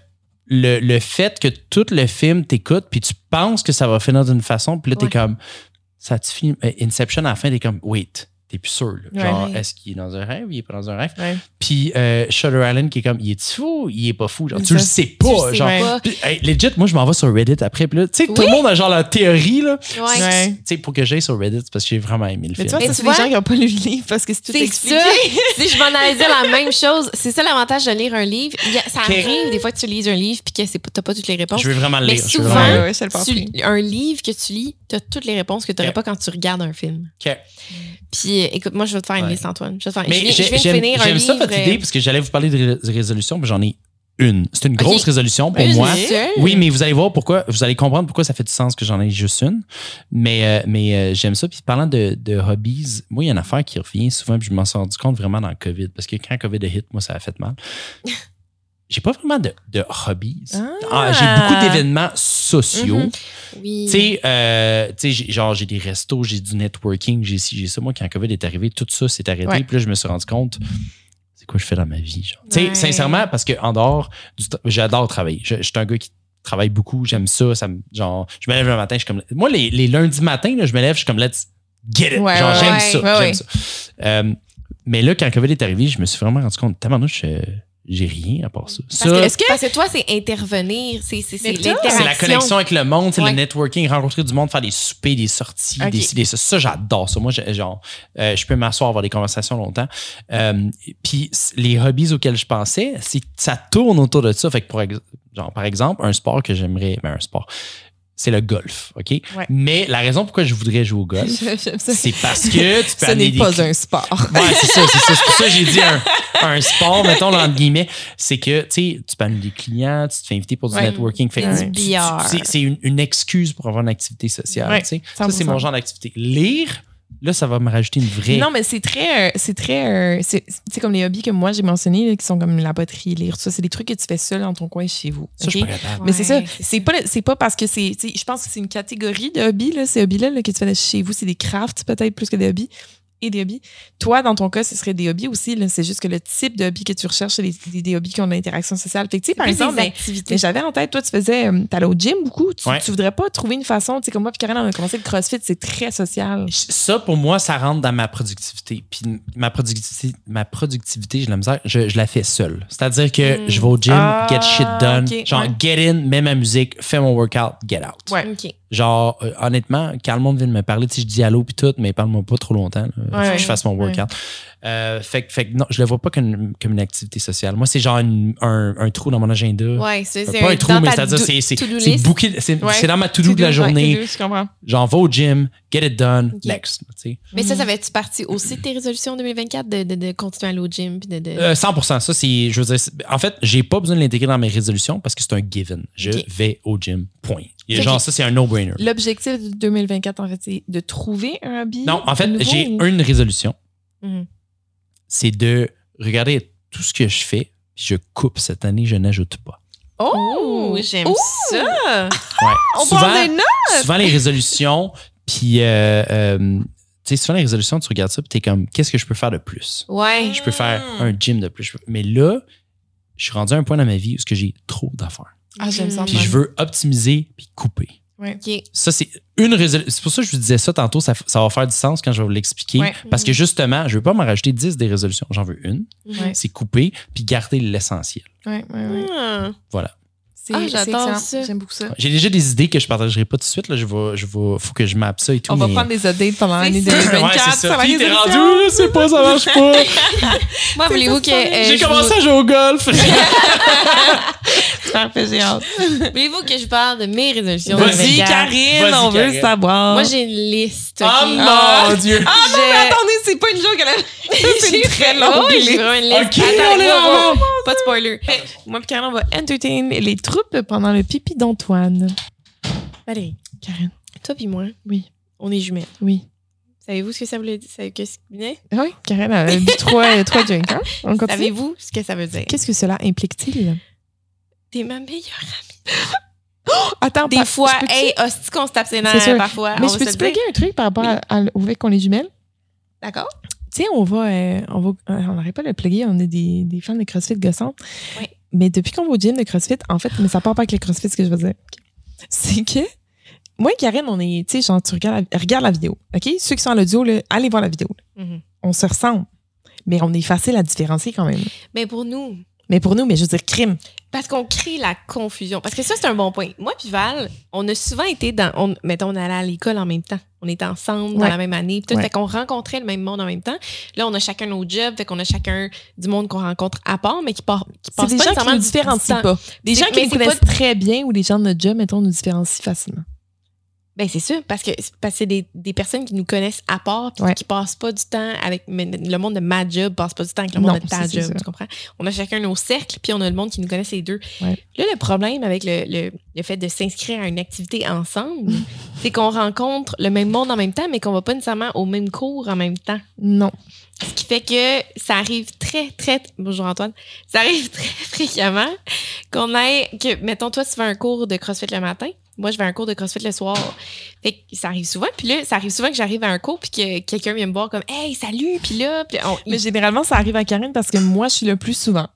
le, le fait que tout le film t'écoute, puis tu penses que ça va finir d'une façon, puis là, t'es Ouais. comme, ça te filme, Inception, à la fin, t'es comme, wait, t'es plus sûr. Là. Genre, Ouais. est-ce qu'il est dans un rêve, il est pas dans un rêve? Ouais. Puis euh, Shutter Island qui est comme, il est fou, il est pas fou. Genre, tu Ça, le sais pas. tu le sais genre, pas. Puis, hey, legit, moi, je m'en vais sur Reddit après. Puis là, tu sais, tout Oui. le monde a genre la théorie. Là. Ouais. Ouais. Tu sais, pour que j'aille sur Reddit, c'est parce que j'ai vraiment aimé le Mais film. tu vois, Mais ça, tu c'est vois, des gens qui n'ont pas lu le livre parce que c'est tout C'est expliqué. ça. Si je m'en allais dire la même chose, c'est ça l'avantage de lire un livre. Il y a- ça Ok. arrive des fois que tu lises un livre puis que c'est pas- t'as pas toutes les réponses. Je veux vraiment le Mais lire. je veux souvent, vraiment le Ouais, lire. ouais, je te le pense. Tu- un livre que tu lis, t'as toutes les réponses que t'aurais Ok. pas quand tu regardes un film. Ok. Puis euh, écoute, moi je vais te faire une Ouais. liste, Antoine. Je vais te faire. Mais je viens, j'ai- je viens de j'aime finir un j'aime ça, livre. votre idée, parce que j'allais vous parler de ré- de résolution, mais j'en ai une. C'est une grosse Ok. résolution pour Une moi. seule? Oui, mais vous allez voir pourquoi, vous allez comprendre pourquoi ça fait du sens que j'en ai juste une. Mais, euh, mais euh, j'aime ça. Puis parlant de, de hobbies, moi, il y a une affaire qui revient souvent, puis je m'en suis rendu compte vraiment dans le COVID, parce que quand le COVID a hit, moi, ça a fait mal. J'ai pas vraiment de, de hobbies. Ah. Ah, j'ai beaucoup d'événements sociaux. Mhm. Oui. Tu sais, euh, tu sais, j'ai- genre, j'ai des restos, j'ai du networking, j'ai ci, j'ai ça. Moi, quand le COVID est arrivé, tout ça s'est arrêté. Ouais. Puis là, je me suis rendu compte, c'est quoi je fais dans ma vie, genre. Tu sais, Ouais. sincèrement, parce qu'en dehors, du tra- j'adore travailler. Je, je suis un gars qui travaille beaucoup, j'aime ça. ça me, genre, je me lève le matin, je suis comme. Moi, les, les lundis matins, là, je me lève, je suis comme, let's get it. Ouais, genre, ouais, j'aime ouais. ça. Ouais, j'aime ouais. ça. Euh, mais là, quand le COVID est arrivé, je me suis vraiment rendu compte, tabarnouche, euh, j'ai rien à part ça. Parce Ça, que, Est-ce que- parce que toi, c'est intervenir, c'est c'est c'est Mais toi, l'interaction. c'est la connexion avec le monde, c'est Ouais. le networking, rencontrer du monde, faire des soupers, des sorties, Ok. des ci, des ça. Ça, j'adore ça. Moi, j'ai- genre, euh, je peux m'asseoir, avoir des conversations longtemps. Euh, Puis c- les hobbies auxquels je pensais, c'est ça tourne autour de ça. Fait que pour ex- genre, par exemple, un sport que j'aimerais, ben un sport, c'est le golf, OK? Ouais. Mais la raison pourquoi je voudrais jouer au golf, J'aime ça. c'est parce que tu peux Ce amener n'est des pas cl- un sport. Ouais, c'est ça, c'est ça. C'est pour ça que j'ai dit un, un sport, mettons, là, entre guillemets. C'est que, tu sais, tu peux amener des clients, tu te fais inviter pour du Ouais. networking. Fait que Ouais. tu- Du tu- billard. c'est- C'est une, une excuse pour avoir une activité sociale, Ouais, tu sais. cent Ça, pour c'est cent. mon genre d'activité. Lire, là, ça va me rajouter une vraie... Non, mais c'est très. euh, c'est très. euh, c'est c'est comme les hobbies que moi j'ai mentionnés, là, qui sont comme la poterie, lire, tout ça. C'est des trucs que tu fais seul dans ton coin chez vous. Ça, je suis ok? pas capable. Mais c'est ça. Ouais, c'est C'est pas, c'est pas parce que c'est. tu sais, je pense que c'est une catégorie de hobbies, là, ces hobbies-là, là, que tu fais chez vous. C'est des crafts, peut-être, plus que des hobbies. Et des hobbies. Toi, dans ton cas, ce serait des hobbies aussi. là. C'est juste que le type de hobby que tu recherches, c'est des, des, des hobbies qui ont de l'interaction sociale. Fait que, tu sais, par Plus exemple, des mais, activités. mais j'avais en tête, toi, tu faisais. euh, T'allais au gym beaucoup. Tu, Ouais. tu voudrais pas trouver une façon, tu sais, comme moi, puis Karen, on a commencé le CrossFit, c'est très social. Ça, pour moi, ça rentre dans ma productivité. Puis ma productivité, ma productivité, j'ai de la misère, je, je la fais seule. C'est-à-dire que Mm. je vais au gym, Ah, get shit done. ok, genre, ouais. get in, mets ma musique, fais mon workout, get out. Ouais. OK. Genre, euh, honnêtement, quand le monde vient de me parler, tu sais, je dis allô puis tout, mais parle-moi pas trop longtemps. là. Faut Ouais, que je fasse mon ouais. workout. Euh, fait, que- fait que non, je le vois pas comme, comme une activité sociale. Moi, c'est genre une- un, un trou dans mon agenda. Ouais, c'est Euh, c'est pas un trou, dans mais ta c'est-à-dire, do- c'est, c'est, to-do c'est list. booké- c'est, Ouais. c'est dans ma to-do de la Ouais, journée. to-do, je comprends. Genre, va au gym, get it done, Ok. next. Tu sais. Mais ça, ça va-tu partir aussi de tes résolutions deux mille vingt-quatre de, de, de continuer à aller au gym? Puis de, de... Euh, cent pour cent, ça, c'est, je veux dire, c'est- en fait, j'ai pas besoin de l'intégrer dans mes résolutions parce que c'est un given. Je Ok. vais au gym, point. Et Ok. genre, ça, c'est un no-brainer. L'objectif de deux mille vingt-quatre, en fait, c'est de trouver un hobby. Non, en fait, nouveau j'ai ou- une résolution. Mhm. C'est de regarder tout ce que je fais, puis je coupe cette année, je n'ajoute pas. Oh, j'aime Ouh! ça! Ouais. On souvent, parle des notes! souvent, les résolutions, puis, euh, euh, tu sais, souvent, les résolutions, tu regardes ça, puis t'es comme, qu'est-ce que je peux faire de plus? Ouais. Je peux faire un gym de plus. Je peux- Mais là, je suis rendu à un point dans ma vie où ce que j'ai trop d'affaires. Ah, j'aime ça. Puis je veux optimiser, puis couper. OK. Ça, c'est une résolution. C'est pour ça que je vous disais ça tantôt, ça, ça va faire du sens quand je vais vous l'expliquer. Ouais. Parce que justement, je veux pas m'en rajouter dix des résolutions. J'en veux une. Ouais. C'est couper, puis garder l'essentiel. Ouais, ouais, ouais. Ah. Voilà. C'est Ah, c'est j'adore excellent. ça. J'aime beaucoup ça. J'ai déjà des idées que je partagerai pas tout de suite. Là. Je vais, je vais, faut que je mappe ça et tout. On va mais- prendre des updates pendant l'année C'est deux ça. mille vingt-quatre. Ouais, c'est ça. va Puis les t'es résolutions. rendu, je sais pas, ça marche pas. Moi, voulez-vous que. euh, J'ai je commencé vous- à jouer au golf. Parfait, j'ai hâte. Voulez-vous que je parle de mes résolutions? Vas-y, deux mille vingt-quatre? Karine, Vas-y, on veut Karine. savoir. Moi, j'ai une liste. Oh ok? mon Dieu. Ah non, Je- mais attendez, c'est pas une joke. Elle a... c'est une très longue Oh, j'ai liste. vraiment une liste. Ok, Attends, on est wow, là. wow. Pas de spoiler. Moi et Karine, on va entertain les troupes pendant le pipi d'Antoine. Valérie, Karine. toi puis moi, Oui. on est jumelles. Oui. Savez-vous ce que ça voulait dire? Savez- que ce que venait? Oui, Karine a bu trois, trois drinks. Hein? On continue. Savez-vous ce que ça veut dire? Qu'est-ce que cela implique-t-il? T'es ma meilleure amie. Attends, Des par- fois, je peux-tu- hey, hostie qu'on se tape ses C'est nerfs sûr. parfois. mais on je va peux-tu se le dire. plugger un truc par rapport à- à- au fait qu'on est jumelles? D'accord? tu sais, on va, euh, on va, euh, on n'arrête pas de le plugger, on est des, des fans de CrossFit gossantes. Oui. Mais depuis qu'on va au gym de CrossFit, en fait, mais ça part pas avec le CrossFit, ce que je veux dire. C'est que, moi et Karine, on est, tu sais, genre, tu regardes la, regarde la vidéo, OK? Ceux qui sont à l'audio, là, allez voir la vidéo. Mm-hmm. On se ressemble, mais on est facile à différencier quand même. Mais pour nous... Mais pour nous, mais je veux dire, crime. Parce qu'on crée la confusion. Parce que ça, c'est un bon point. Moi puis Val, on a souvent été dans... On, mettons, on allait à l'école en même temps. On était ensemble ouais. dans la même année. Tout, ouais. Fait qu'on rencontrait le même monde en même temps. Là, on a chacun nos jobs. Fait qu'on a chacun du monde qu'on rencontre à part, mais qui, part, qui passe pas pas nécessairement nécessairement nous différencient pas. Des C'est, gens qui nous connaissent pas... très bien ou des gens de notre job, mettons, nous différencient facilement. Ben c'est sûr, parce que, parce que c'est des, des personnes qui nous connaissent à part puis ouais. qui passent pas du temps avec... Mais le monde de ma job passe pas du temps avec le monde non, de ta job, tu comprends? On a chacun nos cercles, puis on a le monde qui nous connaisse les deux. Ouais. Là, le problème avec le, le, le fait de s'inscrire à une activité ensemble, c'est qu'on rencontre le même monde en même temps, mais qu'on va pas nécessairement au même cours en même temps. Non. Ce qui fait que ça arrive très, très... Bonjour Antoine. Ça arrive très fréquemment qu'on ait... que mettons, toi, tu fais un cours de CrossFit le matin. Moi, je vais à un cours de CrossFit le soir. Fait que ça arrive souvent. Puis là, ça arrive souvent que j'arrive à un cours puis que quelqu'un vient me voir comme « Hey, salut! » Puis là... Puis on, mais généralement, ça arrive à Karine parce que moi, je suis le plus souvent.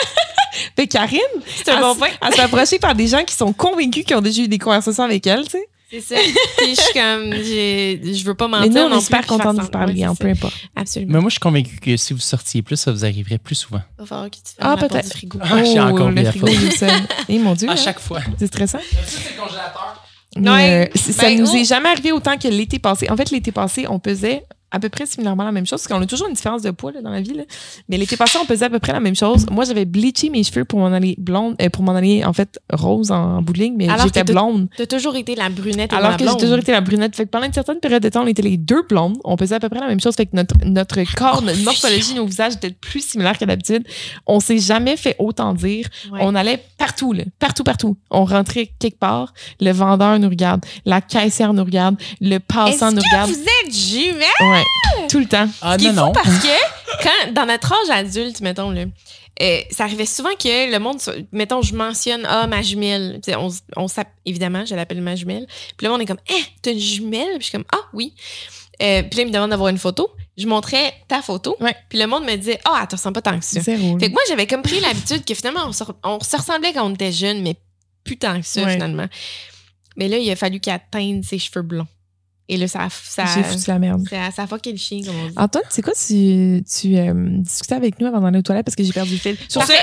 Fait Karine, c'est un bon point. Elle s'approcher par des gens qui sont convaincus qu'ils ont déjà eu des conversations avec elle, tu sais. C'est ça. Puis je suis comme... j'ai- Je veux pas mentir. Mais nous, on non est super plus, puis contents de faire vous parler, semblant. hein, Ouais, peu importe. Absolument. Mais moi, je suis convaincu que si vous sortiez plus, ça vous arriverait plus souvent. Il va falloir que tu fasses Ah, la porte peut-être. du frigo. Ah, j'ai encore le oublié la frigo, faute. il est seul. Eh, mon Dieu. À hein. chaque fois. C'est stressant. Ça, c'est le congélateur. Mais, Ouais. euh, ça Ben, nous oh. est jamais arrivé autant que l'été passé. En fait, l'été passé, on pesait à peu près similairement la même chose, parce qu'on a toujours une différence de poids là, dans la vie. Là. Mais l'été passé, on pesait à peu près la même chose. Moi, j'avais bleaché mes cheveux pour m'en aller blonde, euh, pour m'en aller, en fait, rose en, en bout de ligne, mais Alors j'étais que t'as- blonde. T'as toujours été la brunette et Alors la que j'ai blonde. toujours été la brunette. Fait que pendant une certaine période de temps, on était les deux blondes. On pesait à peu près la même chose. Fait que notre, notre corps, notre morphologie, nos visages étaient plus similaires que d'habitude. On s'est jamais fait autant dire. Ouais. On allait partout, là. Partout, partout. On rentrait quelque part. Le vendeur nous regarde. La caissière nous regarde. Le passant Est-ce nous que regarde. vous êtes jumelles? Ouais. Tout le temps. Ah Ce qui non, est fou non. parce que quand, dans notre âge adulte, mettons, là, euh, ça arrivait souvent que le monde, mettons, je mentionne, ah, ma jumelle. Puis on, on s'app- évidemment, je l'appelle ma jumelle. Puis le monde est comme, eh, t'as une jumelle? Puis je suis comme, ah, oui. Euh, puis là, il me demande d'avoir une photo. Je montrais ta photo. Ouais. Puis le monde me disait, ah, elle te ressemble pas tant que ça. Zéro. Fait que moi, j'avais comme pris l'habitude que finalement, on se, on se ressemblait quand on était jeune, mais plus tant que ça, Ouais. finalement. Mais là, il a fallu qu'elle teigne ses cheveux blonds. Et là, ça, ça, J'ai foutu la merde. ça, ça a fucké le chien, comme on dit. Antoine, c'est quoi tu, tu euh, discutais avec nous avant d'aller aux toilettes parce que j'ai perdu le fil. Sur ce,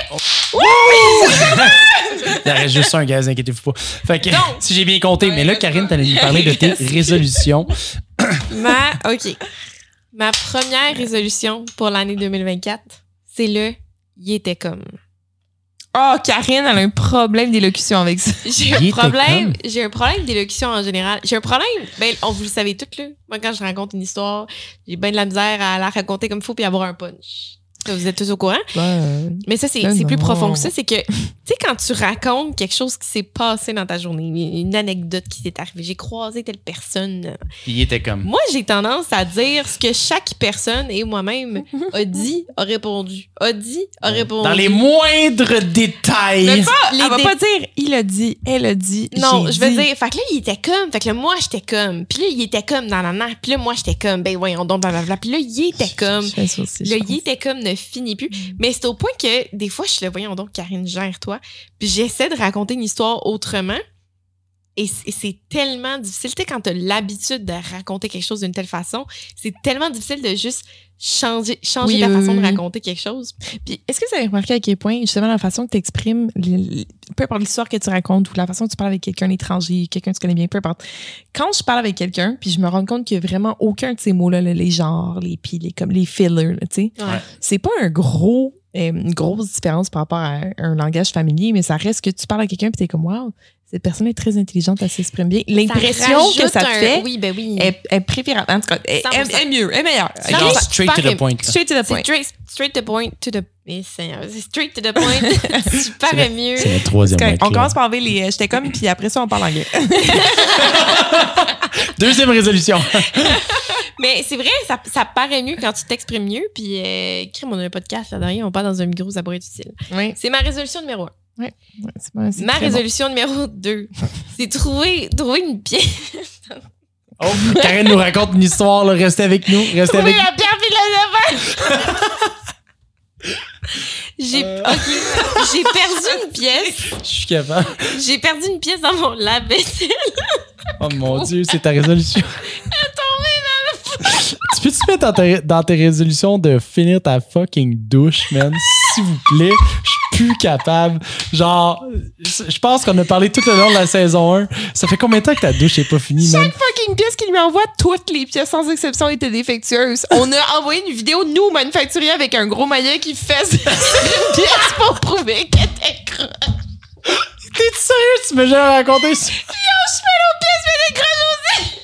Il reste juste ça, un gaz, inquiétez-vous pas. Fait que, Donc- si j'ai bien compté, mais là, Karine, t'allais nous parler de tes résolutions. Ma, OK. Ma première résolution pour l'année deux mille vingt-quatre, c'est le « il était comme oh, Karine, elle a un problème d'élocution avec ça. ». J'ai Il un était problème, comme. j'ai un problème d'élocution en général. J'ai un problème, ben, on vous le savez toutes, là. Moi, quand je raconte une histoire, j'ai bien de la misère à la raconter comme il faut puis avoir un punch. Ça, vous êtes tous au courant. Ouais. Mais ça, c'est Ben c'est plus non. profond que ça. C'est que, tu sais, quand tu racontes quelque chose qui s'est passé dans ta journée, une anecdote qui t'est arrivée, j'ai croisé telle personne. Il était comme. Moi, j'ai tendance à dire ce que chaque personne et moi-même a dit, a répondu. A dit, a répondu. Dans les moindres détails. Mais pas les Elle va dé- pas dire il a dit, elle a dit. Non, j'ai je veux dit. dire, fait que là, il était comme. Fait que là, moi, j'étais comme. Puis là, il était comme dans la nan. Puis là, moi, j'étais comme. Ben voyons donc, blablabla. Puis là, il était comme. Je fais ça aussi, je Le pense. il était comme ne finit plus. Mais c'est au point que des fois, je suis là, voyons donc, Karine, gère-toi. Puis j'essaie de raconter une histoire autrement. Et c- et c'est tellement difficile. Tu sais, quand tu as l'habitude de raconter quelque chose d'une telle façon, c'est tellement difficile de juste changer, changer Oui, ta oui, façon oui, de oui. raconter quelque chose. Puis, est-ce que vous avez remarqué à quel point, justement, la façon que tu exprimes, peu importe l'histoire que tu racontes ou la façon que tu parles avec quelqu'un d'étranger, quelqu'un que tu connais bien, peu importe. Quand je parle avec quelqu'un, puis je me rends compte qu'il n'y a vraiment aucun de ces mots-là, là, les genres, les pis, les, comme les fillers, là, tu sais, Ouais. c'est pas un gros, euh, une grosse différence par rapport à un langage familier, mais ça reste que tu parles à quelqu'un puis t'es comme, wow, cette personne est très intelligente, elle s'exprime bien. L'impression rajoute que ça te un- fait Oui, ben oui. est, est préférable. En tout cas, est, cent pour cent. est mieux, est meilleure. Genre, Ok? Genre straight to the pareil. point. là. Straight to the C'est point. straight, straight to the point to the. Eh, Seigneur, c'est straight to the point. Tu parais mieux. C'est le troisième C'est correct. On mot-clé. commence par enlever les euh, j'étais comme, puis après ça, on parle anglais. Deuxième résolution. Mais c'est vrai, ça, ça paraît mieux quand tu t'exprimes mieux. Puis, euh, crime, on a un podcast là derrière, on parle dans un micro, ça pourrait être utile. Oui. C'est ma résolution numéro un. Ouais, c'est pas- c'est Ma très bon. résolution numéro deux, c'est trouver, trouver une pièce. Oh, Karine nous raconte une histoire, là. Restez avec nous. Restez Trouver avec la pierre philosophale! J'ai ok, j'ai perdu une pièce. Je suis capable. J'ai perdu une pièce dans mon lave-vaisselle. Oh mon Dieu, c'est ta résolution. Tu peux-tu mettre dans, ta- dans tes résolutions de finir ta fucking douche, man? S'il vous plaît. Je suis plus capable. Genre, je pense qu'on a parlé tout le long de la saison un. Ça fait combien de temps que ta douche est pas finie, man? Chaque fucking pièce qu'il lui envoie, toutes les pièces sans exception étaient défectueuses. On a envoyé une vidéo, nous, manufacturiers, avec un gros maillet qui fait une pièce pour prouver qu'elle était croche. T'es sérieux? Tu m'as jamais raconté ça? Puis on se met l'autre pièce, mais des croches aussi!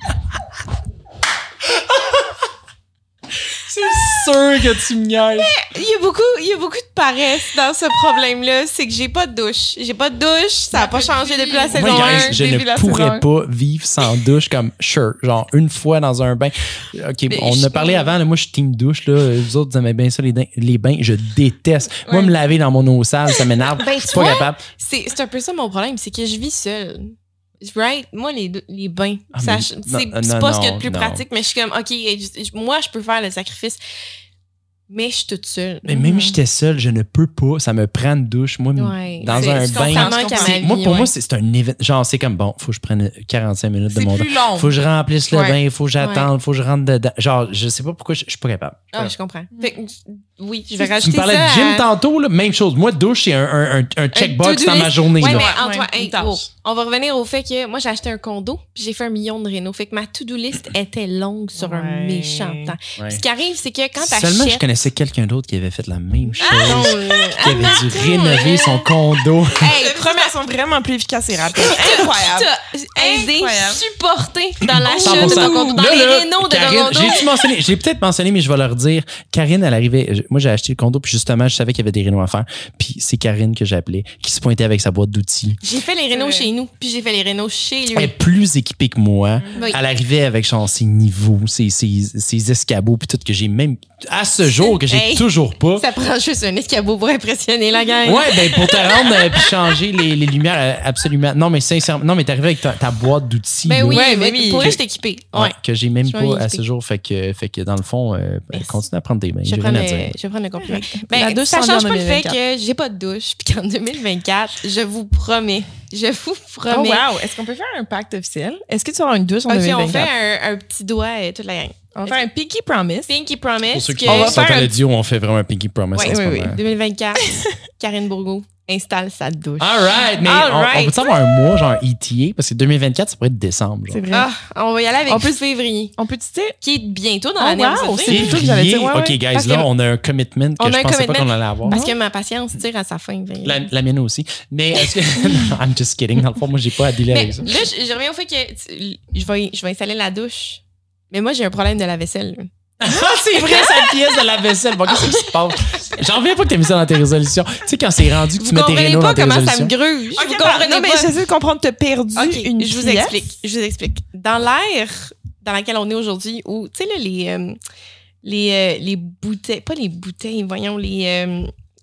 C'est sûr que tu me niaises. Il y a beaucoup, il y a beaucoup de paresse dans ce problème-là. C'est que j'ai pas de douche. J'ai pas de douche. Ça a pas changé depuis la saison Moi, un. guys, je début de la ne pourrais saison pas vivre sans douche comme sure. Genre, une fois dans un bain. OK, Mais on je- a parlé avant. Là, moi, je suis team douche. Là. Vous autres, vous aimez bien ça, les, din- les bains. Je déteste. Moi, Ouais. me laver dans mon eau sale, ça m'énerve. Ben, Je suis tu pas vois, capable. C'est c'est un peu ça mon problème. C'est que je vis seule. Right? Moi, les, les bains, Ah, ça, mais- c'est non, c'est non, pas ce qu'il y a de non, plus non. pratique, mais je suis comme, OK, je- je- moi, je peux faire le sacrifice, mais je suis toute seule. Mais même si j'étais seule, je ne peux pas. Ça me prend une douche. Moi, Ouais. dans C'est- un c'est bain. contrairement qu'à c'est- ma moi, vie, pour ouais. moi, c'est c'est un événement. Genre, c'est comme bon, faut que je prenne quarante-cinq minutes de C'est mon temps. plus long. Faut que je remplisse le Ouais. bain, faut que j'attende, faut que je rentre dedans. Genre, je sais pas pourquoi je, je suis pas capable. Ah, je comprends. Fait que, oui, je vais Tu rajouter me parlais ça de gym à- tantôt, là, même chose. Moi, douche, c'est un, un, un, un checkbox to-do dans ma list. journée. Ouais, là. mais Ouais, Antoine, ouais, hey, une tâche. oh, on va revenir au fait que moi, j'ai acheté un condo, puis j'ai fait un million de réno. Fait que ma to-do list était longue sur un Ouais. méchant temps. Ouais. Ce qui arrive, c'est que quand Seulement, je t'achètes... connaissais quelqu'un d'autre qui avait fait la même chose. Non, euh, qui avait dû attends, rénover euh, son condo. Hey, Les premières sont vraiment plus efficaces et rapides. Incroyable. t'as aidé, Incroyable. supporté dans l'achat cent de pour cent. ton condo, dans Là, les là, rénaux de Karine, ton condo. J'ai-tu mentionné? J'ai peut-être mentionné, mais je vais leur dire. Karine, elle arrivait. Moi, j'ai acheté le condo, puis justement, je savais qu'il y avait des rénaux à faire. Puis c'est Karine que j'appelais, qui se pointait avec sa boîte d'outils. J'ai fait les rénaux vrai. chez nous, puis j'ai fait les rénaux chez lui. Elle est plus équipée que moi. Oui. Elle arrivait avec genre, ses niveaux, ses, ses, ses escabeaux, puis tout que j'ai même à ce jour que j'ai Hey. toujours pas. Ça prend juste un escabeau pour impressionner la gang. Ouais, ben pour te rendre euh, puis changer les, les lumières, euh, absolument. Non, mais sincèrement, non, mais t'es arrivé avec ta, ta boîte d'outils. Ben là. oui, Ouais, mais mais oui. pour Que- vrai, je t'ai équipé. Ouais, Ouais. que j'ai même Je suis bien pas à équipée. ce jour. Fait que, fait que dans le fond, euh, Merci. continue à prendre tes bains. Je J'ai vais rien prendre, à dire. le, je vais prendre le compliment. La Ben, douche ça s'en vient change en pas le fait deux mille vingt-quatre. que j'ai pas de douche, puis qu'en deux mille vingt-quatre, je vous promets, je vous Oh promets. wow, est-ce qu'on peut faire un pacte officiel? Est-ce que tu vas avoir une douche en OK, deux mille on fait vingt-quatre? un, un petit doigt et toute la gang. On va faire un Pinky Promise. Pinky Promise. Pour ceux qui que- On va sont faire à un- l'audio, on fait vraiment un Pinky Promise Ouais, en ce oui, oui. moment. deux mille vingt-quatre, Karine Bourgault installe sa douche. All right, mais All on, right. on peut avoir un mois, genre E T A, parce que deux mille vingt-quatre, ça pourrait être décembre. Genre. C'est vrai. Ah, on va y aller avec On peut- février, On peut-tu dire? qui est bientôt dans Oh, l'année. wow, vous savez. c'est plutôt que j'allais Février, dire, ouais, OK, ouais. guys, Parce là, que- on a un commitment que On a je un pensais pas commitment. qu'on allait avoir. Parce que ma patience tire à sa fin. La, la mienne aussi. Mais est-ce que. I'm just kidding. Dans le fond, moi, j'ai pas à dealer Mais avec ça. là, je, je reviens au fait que tu- je vais, je vais installer la douche. Mais moi, j'ai un problème de la vaisselle. Ah, c'est vrai, cette pièce de la vaisselle. Bon, qu'est-ce qui se passe? J'en reviens pas que t'aies mis ça dans tes résolutions. Tu sais, quand c'est rendu que tu Vous mets tes comprenez rénaux pas dans tes comment ça résolutions. me gruge. Ok, vous comprenez non, mais pas. j'essaie de comprendre, t'as perdu OK, une je vous pièce. explique. Je vous explique. Dans l'ère dans laquelle on est aujourd'hui, où, tu sais, là, les, euh, les, euh, les bouteilles, pas les bouteilles, voyons, les. euh,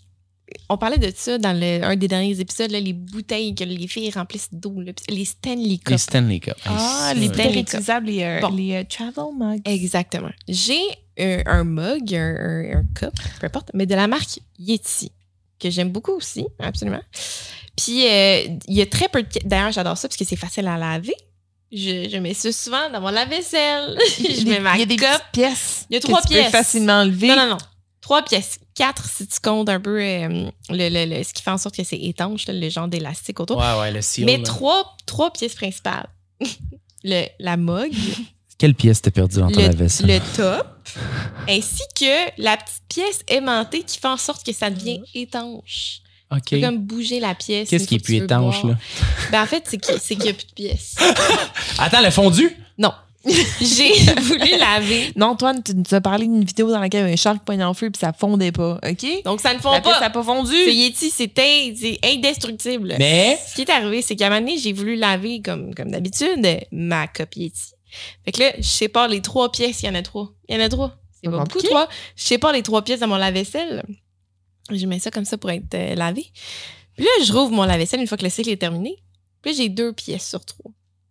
on parlait de ça dans le, un des derniers épisodes, là, les bouteilles que les filles remplissent d'eau, là, les Stanley Les Cup. Stanley Cup. Ah, Hey, les ça. Stanley bouteilles Cup. réutilisables, les, euh, Bon. les euh, travel mugs. Exactement. J'ai un, un mug, un, un, un cup, peu importe, mais de la marque Yeti, que j'aime beaucoup aussi, absolument. Puis, euh, il y a très peu de... D'ailleurs, j'adore ça parce que c'est facile à laver. Je, je mets ça souvent dans mon lave-vaisselle. je mets ma Il y a des cup. petites pièces. Il y a que trois tu pièces. peux facilement enlever. Non, non, non. Trois pièces. Quatre si tu comptes un peu euh, le, le, le- ce qui fait en sorte que c'est étanche, là, le genre d'élastique autour. Ouais, ouais, le seal. Mais là. trois, trois pièces principales. le, la mug, Quelle pièce t'as perdue dans ton le, lave-vaisselle? le top, ainsi que la petite pièce aimantée qui fait en sorte que ça devient étanche. OK. Tu peux comme bouger la pièce. Qu'est-ce une qui est fois que plus tu veux étanche, boire. là? Ben, en fait, c'est que- c'est qu'il n'y a plus de pièces. Attends, le fondu? Non. J'ai voulu laver. Non, Antoine, tu nous as parlé d'une vidéo dans laquelle il y avait un char qui pognait en feu puis ça fondait pas, OK? Donc, ça ne fond La pièce pas. n'a pas fondu. C'est Yeti, c'est in- c'est indestructible. Mais. Ce qui est arrivé, c'est qu'à un moment donné, j'ai voulu laver, comme, comme d'habitude, ma coupe Yeti. Fait que là, je sépare les trois pièces. Il y en a trois. Il y en a trois. C'est pas Ok. beaucoup, trois. Je sépare les trois pièces dans mon lave-vaisselle. Je mets ça comme ça pour être euh, lavé. Puis là, je rouvre mon lave-vaisselle une fois que le cycle est terminé. Puis là, j'ai deux pièces sur trois.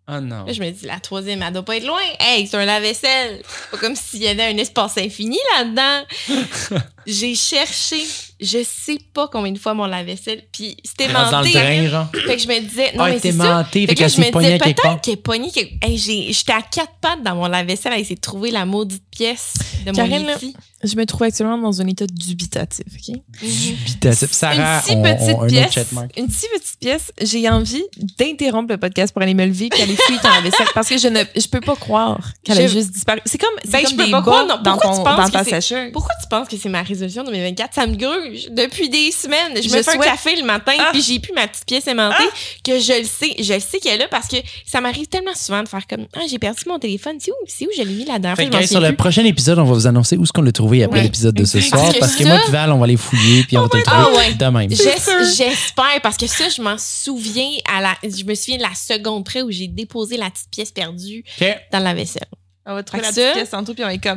Oh non. Là, je me dis, la troisième, elle doit pas être loin. Hey, c'est un lave-vaisselle. C'est pas comme s'il y avait un espace infini là-dedans. J'ai cherché, je sais pas combien de fois mon lave-vaisselle, puis c'était Rentre dans le menté. drain, genre. Fait que je me disais, non, Ah, mais elle était c'est ça. mentée, Fait fait que là, qu'elle je me s'est pognée disais, à quelque part. peut-être qu'elle est pognée. quelque- Hey, j'ai- j'étais à quatre pattes dans mon lave-vaisselle à essayer de trouver la maudite pièce de mon Karine, Yeti. Je me trouve actuellement dans un état dubitatif, OK? Dubitatif. Sarah, une si on, petite on, un pièce, autre checkmark. une si petite pièce, j'ai envie d'interrompre le podcast pour aller me lever puis aller fouiller ton lave-vaisselle parce que je ne je peux pas croire qu'elle a Je- juste disparu. C'est comme, c'est Ben, comme je peux des pas bas croire, non. dans, Pourquoi ton, tu penses dans que ta c'est- sécheuse. Pourquoi tu penses que c'est ma résolution deux mille vingt-quatre? Ça me gruge depuis des semaines. Je, Je me fais souhaite- un café le matin, Ah. puis j'ai plus ma petite pièce aimantée que je le sais. Je le sais qu'elle est là parce que ça m'arrive tellement souvent de faire comme, ah, j'ai perdu mon téléphone. C'est où? C'est où je l'ai mis la dernière Fait fois? que, Je m'en guys, sur souviens le plus. prochain épisode, on va vous annoncer où est-ce qu'on l'a trouvé après Ouais. l'épisode de ce Parce soir. que Parce que ça- moi et Val, on va les fouiller puis on va te le Ah trouver ouais. de même. J'es- sûr. J'espère, parce que ça, je m'en souviens à la, je me souviens de la seconde près où j'ai déposé la petite pièce perdue OK. dans la vaisselle. On va trouver Fait la que petite ça- pièce tantôt puis on est comme,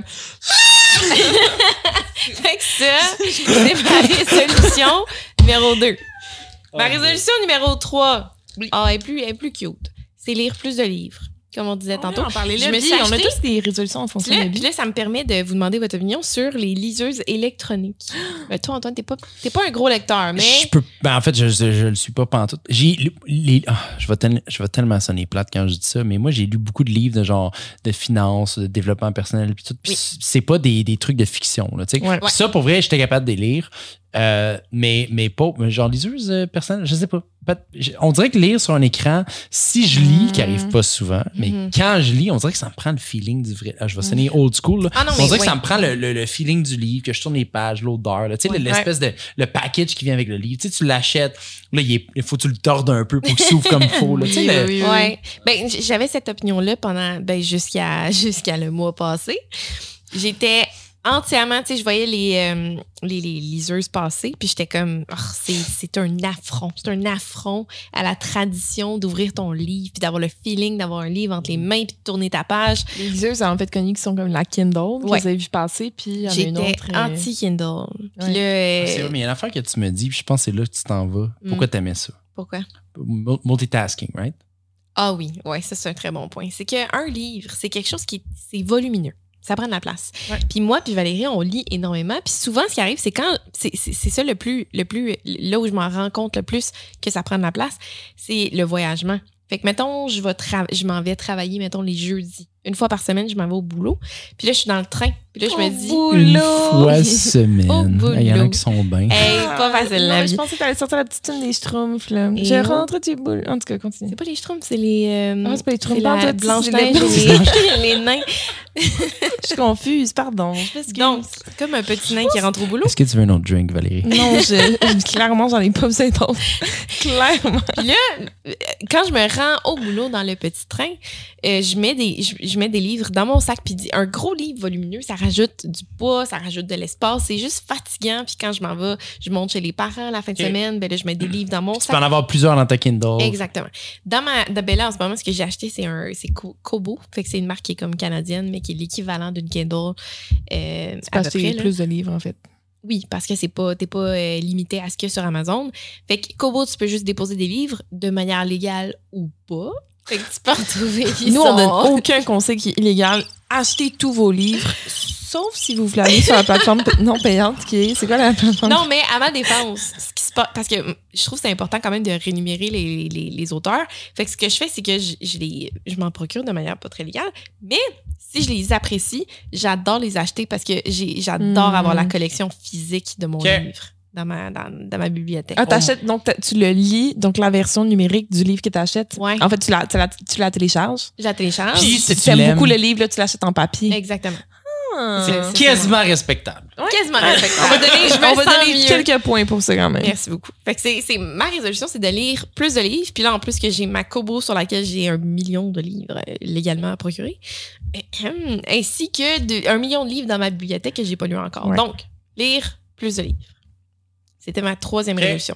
Fait que ça, c'est ma résolution numéro deux. Ma résolution numéro trois, ah, elle est plus, elle est plus cute. C'est lire plus de livres, comme on disait tantôt. on parlait Je là, me Bi, suis on a acheté- tous des résolutions en fonction Puis de là, la puis vie. là, ça me permet de vous demander votre opinion sur les liseuses électroniques. Ben, toi, Antoine, t'es pas, t'es pas un gros lecteur, mais... Je peux, ben en fait, je, je, je le suis pas pantoute. J'ai lu les, ah, je, vais tel- je vais tellement sonner plate quand je dis ça, mais moi, j'ai lu beaucoup de livres de genre de finance, de développement personnel, puis tout. Puis Oui. c'est pas des, des trucs de fiction, là, tu sais. Ouais. Puis ça, pour vrai, j'étais capable de les lire. Euh, mais, mais pas, mais genre liseuse euh, personnelle, je sais pas. Peut- je- On dirait que lire sur un écran, si je lis, Mm. qui arrive pas souvent, mais Mhm. quand je lis, on dirait que ça me prend le feeling du vrai. Ah, je vais sonner old school, là. Ah non, on mais dirait que ouais. ça me prend le, le, le feeling du livre, que je tourne les pages, l'odeur, là. Tu sais, Ouais. l'espèce de le package qui vient avec le livre. Tu sais, tu l'achètes, là, il, est- il faut que tu le tordes un peu pour qu'il s'ouvre comme il faut, là. Tu sais, Oui, le- oui, oui. Ouais. Ben, j- j'avais cette opinion-là pendant, ben, jusqu'à, jusqu'à le mois passé. J'étais entièrement, tu sais, je voyais les, euh, les, les liseuses passer, puis j'étais comme, oh, c'est, c'est un affront. C'est un affront à la tradition d'ouvrir ton livre, puis d'avoir le feeling d'avoir un livre entre les mains, puis de tourner ta page. Les liseuses, en fait, connues qui sont comme la Kindle, Ouais. que vous avez vu passer, puis il y en a une J'étais autre. euh, anti-Kindle. Puis Ouais. là, euh, Ah, c'est vrai, mais il y a une affaire que tu me dis, puis je pense que c'est là que tu t'en vas. Pourquoi t'aimais ça? pourquoi? Mul- Multitasking, right? Ah oui, ouais, ça c'est un très bon point. C'est qu'un livre, c'est quelque chose qui c'est volumineux. Ça prend de la place. Ouais. Puis moi, puis Valérie, on lit énormément. Puis souvent, ce qui arrive, c'est quand c'est, c'est, c'est ça le plus, le plus, là où je m'en rends compte le plus que ça prend de la place, c'est le voyagement. Fait que mettons, je vais tra- je m'en vais travailler, mettons les jeudis. Une fois par semaine, je m'en vais au boulot. Puis là, je suis dans le train. Puis là, je me dis, Une fois semaine. Au boulot. Il y en a qui sont bien. hey, pas facile non, la mais vie. Je pensais que t'allais sortir la petite tune des Schtroumpfs, là. Et je oh. rentre du boulot. En tout cas, continue. C'est pas les Schtroumpfs, c'est les. euh, Ah, c'est pas les Schtroumpfs, c'est la pardon, c'est Blanche-Neige les- et les, les nains. Je suis confuse, pardon. Je m'excuse. Donc, c'est comme un petit nain qui rentre au boulot. Est-ce que tu veux un autre drink, Valérie? Non, je, je- clairement, j'en ai pas besoin d'autre. Clairement. Puis là, euh, quand je me rends au boulot dans le petit train, euh, je mets des je, je mets des livres dans mon sac. Puis di- un gros livre volumineux, ça rajoute du poids, ça rajoute de l'espace. C'est juste fatigant. Puis quand je m'en vais, je monte chez les parents la fin de Ok. semaine, ben là, je mets des livres dans mon Tu peux sac. en avoir plusieurs dans ta Kindle. Exactement. Dans ma de Bella, en ce moment, ce que j'ai acheté, c'est un c'est Co- Kobo. Fait que c'est une marque qui est comme canadienne, mais qui est l'équivalent d'une Kindle. Euh, à Parce peu que près, c'est là. plus de livres, en fait. Oui, parce que c'est pas, t'es pas euh, limité à ce qu'il y a sur Amazon. Fait que Kobo, tu peux juste déposer des livres de manière légale ou pas. Fait que tu peux en trouver qui Nous, sont... on donne aucun conseil qui est illégal. Achetez tous vos livres, sauf si vous voulez aller sur la plateforme p- non payante qui est. C'est quoi la plateforme? Non, mais à ma défense, ce qui se passe, parce que je trouve que c'est important quand même de rémunérer les, les, les auteurs. Fait que ce que je fais, c'est que je, je, les, je m'en procure de manière pas très légale. Mais si je les apprécie, j'adore les acheter parce que j'ai, j'adore Mm. avoir la collection physique de mon Ok. livre dans ma, dans, dans ma bibliothèque. Ah, t'achètes, donc t'a- tu le lis, donc la version numérique du livre que t'achètes. Ouais. En fait, tu la, tu la, tu la télécharges. Je la télécharge. Puis, Si si tu tu aimes l'aimes, beaucoup le livre, là, tu l'achètes en papier. Exactement. Ah. C'est- c'est quasiment respectable. Quasiment respectable. On va donner, je on me va sens donner mieux. quelques points pour ça quand même. Merci beaucoup. Fait que c'est, c'est ma résolution, c'est de lire plus de livres. Puis là, en plus que j'ai ma Kobo sur laquelle j'ai un million de livres euh, légalement à procurer, Ahem. ainsi que de, un million de livres dans ma bibliothèque que j'ai pas lu encore. Ouais. Donc, lire plus de livres. C'était ma troisième Ok. résolution.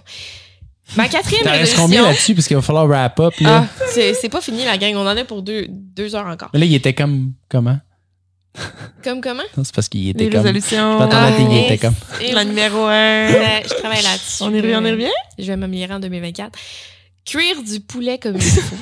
Ma quatrième T'en restes résolution. combien là-dessus? Parce qu'il va falloir wrap up. Là. Ah, c'est, c'est pas fini la gang. On en a pour deux, deux heures encore. Mais là, il était comme. Comment? Comme comment? Non, c'est parce qu'il était Les comme. résolutions. Je m'attendais à Ah, tes- il yes. était comme. Et La numéro un. Euh, je travaille là-dessus. On y revient, on y revient? Je vais m'améliorer en deux mille vingt-quatre. cuire du poulet comme il faut.